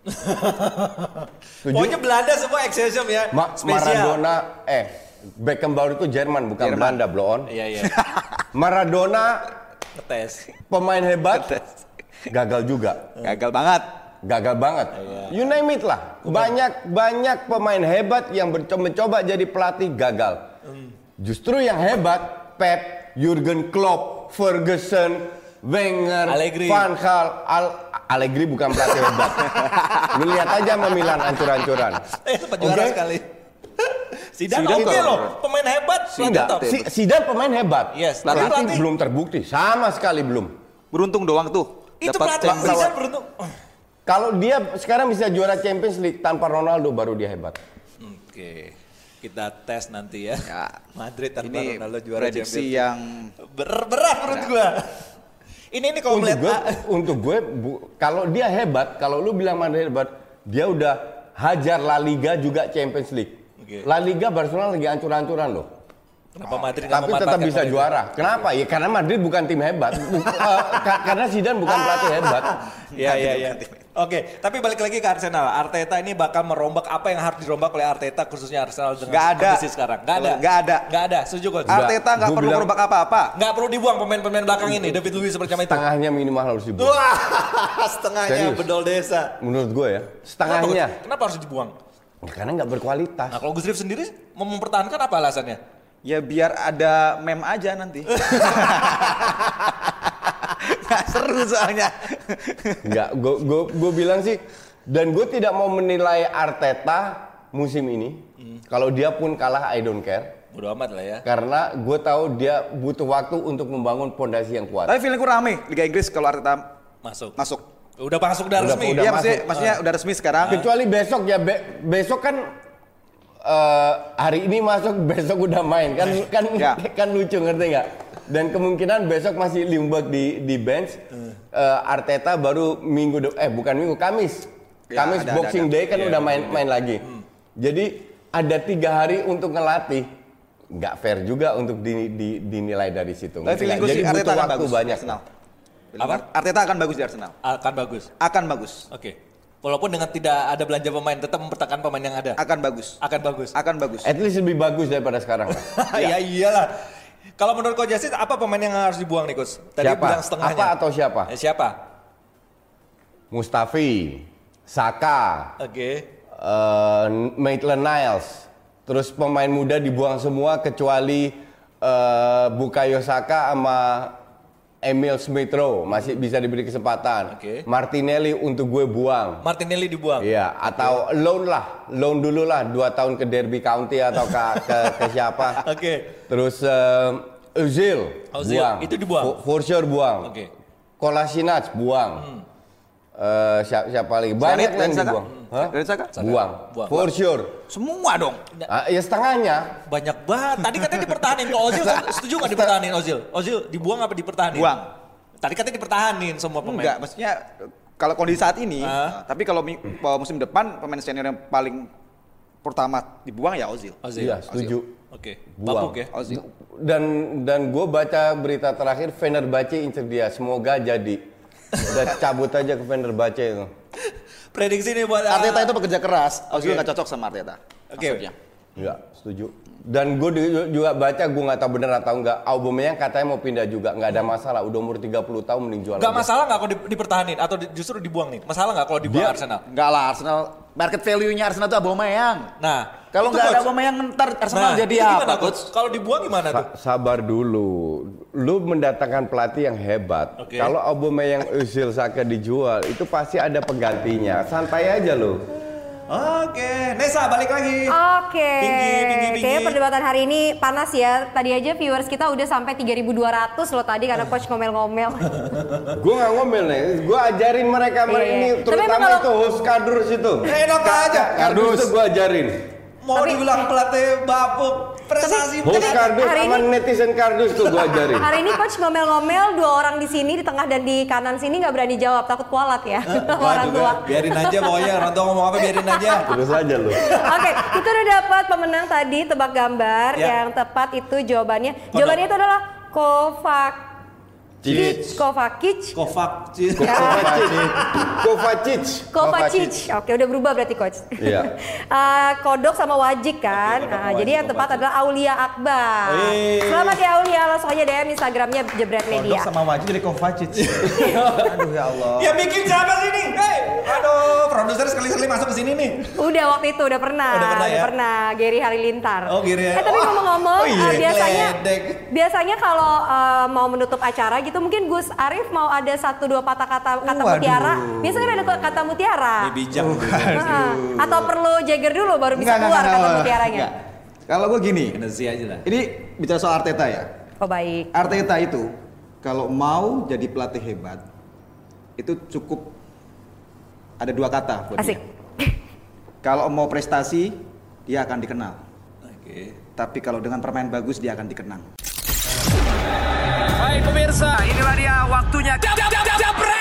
Setuju? Pokoknya Belanda semua exception ya. Ma- Spesial. Maradona, eh Beckenbauer itu Jerman bukan Jerman. Belanda, blow on. Iya iya. Maradona Ngetes. pemain hebat, gagal juga. Gagal banget. Gagal banget. You name it lah. Banyak banyak pemain hebat yang mencoba, mencoba jadi pelatih gagal. Justru yang hebat Pep, Jurgen Klopp, Ferguson, Wenger, Allegri. Van Gaal, Al- Allegri bukan pelatih hebat. Lu lihat aja sama Milan hancur-hancuran. Eh sempat juara Oke? sekali. Zidane Zidane oke tuh. loh, pemain hebat, pelatih Tidak, top. si, Zidane pemain hebat. Yes, pelatih, tapi pelatih- belum terbukti, sama sekali belum. Beruntung doang tuh. Itu Dapat pelatih lawan- Zidane beruntung. Oh. Kalau dia sekarang bisa juara Champions League tanpa Ronaldo baru dia hebat. Oke. Kita tes nanti ya. Ya. Madrid tanpa Ini Ronaldo juara prediksi Champions. yang Ber- berat menurut gua. Ini ini kalau Untuk melihat gue, ah, untuk gue, bu- kalau dia hebat, kalau lu bilang Madrid hebat, dia udah hajar La Liga juga Champions League. Oke. La Liga Barcelona lagi hancur-hancuran loh. kenapa Madrid nggak Tapi tetap memanfaatkan bisa Madrid? juara. Kenapa? Ya karena Madrid bukan tim hebat. Bu- eh, ka- karena Zidane bukan pelatih hebat. Iya iya iya. Oke, tapi balik lagi ke Arsenal. Arteta ini bakal merombak apa yang harus dirombak oleh Arteta khususnya Arsenal dengan Nggak ada. kondisi sekarang. Nggak ada. Nggak ada. Nggak ada. Setuju kok. Nggak. Arteta nggak Gua perlu bilang- merubah apa-apa. Nggak perlu dibuang pemain-pemain belakang ini. David Luiz seperti macam itu. Setengahnya minimal harus dibuang. Wah, setengahnya Serius. bedol desa. Menurut gue ya, Kenapa, setengahnya. kenapa harus dibuang? Ya, karena nggak berkualitas. Nah, kalau Gus Dur sendiri mau mempertahankan apa alasannya? Ya biar ada meme aja nanti. Nggak seru soalnya. Enggak, gue gue gue bilang sih, dan gue tidak mau menilai Arteta musim ini. Hmm. Kalau dia pun kalah, I don't care. Bodo amat lah ya. Karena gue tahu dia butuh waktu untuk membangun pondasi yang kuat. Tapi feelingku rame Liga Inggris kalau Arteta Masuk. masuk. Udah masuk udah, Udah- resmi. udah Iya masuk. maksudnya, maksudnya udah resmi sekarang. Kecuali besok ya, be- besok kan eh, hari ini masuk, besok udah main kan kan Ya. kan lucu, ngerti nggak? Dan kemungkinan besok masih Ljungberg di di bench. Eh, Arteta baru minggu de- eh bukan minggu Kamis. Ya, Kamis ada, Boxing ada, ada. Day kan Iya, udah main Boxing main lagi. Jadi ada tiga hari untuk ngelatih. Nggak fair juga untuk di, di- dinilai dari situ. Tapi ngerti feelingku nggak? sih Jadi Arteta butuh akan waktu bagus di banyak. Arsenal. Apa? Arteta akan bagus di Arsenal. Akan bagus. Akan bagus. Oke. Walaupun dengan tidak ada belanja pemain, tetap mempertahankan pemain yang ada. Akan bagus. Akan bagus. Akan bagus. At least lebih bagus daripada sekarang. lah. Ya iyalah. Kalau menurut Coach Jasin, apa pemain yang harus dibuang nih Coach? Tadi Siapa? bilang setengahnya. Apa atau siapa? Eh, siapa? Mustafi, Saka, Oke. eh, Maitland-Niles. Terus pemain muda dibuang semua kecuali eh, Bukayo Saka sama Emil Smith Rowe masih bisa diberi kesempatan. Oke. Martinelli untuk gue buang. Martinelli dibuang. Iya, atau loan lah, loan dulu lah dua tahun ke Derby County atau ke ke, ke siapa. Oke. Terus eh, Özil, Ozil, buang. itu dibuang? For, for sure buang. Oke. Kolasinac buang. Eh, siapa, siapa lagi? Banyak Granit, yang Saka? dibuang. Hah? Granit Saka? Buang. Buang. For sure. Semua dong. Ah, ya setengahnya. Banyak banget. Tadi katanya dipertahanin. Kalau Ozil setuju nggak dipertahanin Ozil? Ozil dibuang apa dipertahanin? Buang. Tadi katanya dipertahanin semua pemain. Enggak, maksudnya kalau kondisi saat ini, Ah. tapi kalau mi- kalau musim depan pemain senior yang paling pertama dibuang ya Ozil. Ozil. Iya, setuju. Oke. Buang. Papuk ya. Ozil. Dan dan gue baca berita terakhir Fenerbahce incer dia. Semoga jadi. Udah cabut aja ke Fenerbahce itu. Prediksi nih buat Arteta itu pekerja keras, Oke. Ozil nggak cocok sama Arteta. Oke. Maksudnya. Enggak, setuju. Dan gue juga baca, gue nggak tahu bener atau enggak, Aubameyang katanya mau pindah juga, nggak ada masalah. Udah umur tiga puluh tahun mending jual. Gak aja. masalah nggak kalau di, dipertahanin atau di, justru dibuang nih? Masalah nggak kalau dibuang Dia- Arsenal? Enggak lah, Arsenal market value-nya Arsenal tuh Aubameyang. Nah, Kalau itu, nggak ada Coach. Aubameyang ntar Arsenal Nah, jadi itu apa, gimana, coach? Kalau dibuang gimana tuh? Sa- sabar dulu. Lu mendatangkan pelatih yang hebat. Oke. Kalau Aubameyang Özil Saka dijual, itu pasti ada penggantinya. Santai aja lu. Oke, Nesa balik lagi. Oke, Tinggi, tinggi, tinggi. kayaknya perdebatan hari ini panas ya. Tadi aja viewers kita udah sampai tiga ribu dua ratus loh tadi karena coach ngomel-ngomel. Gue nggak ngomel nih, gue ajarin mereka Iya, mereka iya. ini, Tapi terutama emang kalau- itu host Kardus itu. Eh, enak aja. Kardus itu gue ajarin. Mau Tapi- dibilang pelatih bapuk prestasi. Host Kardus hari sama ini- netizen Kardus tuh gue ajarin. Hari ini coach ngomel-ngomel, dua orang di sini di tengah dan di kanan sini nggak berani jawab, takut kualat ya sama orang tua. Biarin aja pokoknya, orang tua ngomong apa biarin aja. Terus aja lu. Oke, kita udah dapat pemenang tadi tebak gambar Ya. yang tepat itu jawabannya. Jawabannya itu adalah Kovacic. Kovacic. Kovacic. Kovacic. Kovacic. Kovacic. Oke, udah berubah berarti coach. Iya. Eh, kodok sama wajik kan. Oke, kodok Nah, sama jadi wajik, yang tepat Kovacic. adalah Aulia Akbar. Wih. Selamat ya Aulia, langsung aja D M Instagramnya Jebret Media. Kodok sama wajib jadi Kovacic. Aduh ya Allah. Ya bikin siapa sih nih? Hei, aduh, produser sekali-sekali masuk ke sini nih. Udah waktu itu udah pernah. Udah pernah ya? pernah. Gary Halilintar. Oh, Gary. Eh tapi Wah. ngomong-ngomong, Oh, iya. eh, biasanya Geledek. biasanya kalau eh, mau menutup acara gitu mungkin Gus Arif mau ada satu dua patah kata kata Waduh. mutiara. Biasanya ada kata mutiara. Ini bijak. Heeh. Atau perlu Jagger dulu baru bisa Enggak, keluar enggak, kata enggak, mutiaranya. enggak. Kalau gue gini, Energi aja lah. ini bicara soal Arteta ya. Oh baik. Arteta itu kalau mau jadi pelatih hebat itu cukup ada dua kata buat Asik. dia. Kalau mau prestasi dia akan dikenal. Oke. Tapi kalau dengan permain bagus dia akan dikenang. Baik pemirsa, inilah dia waktunya. Jab, jab, jab, jab,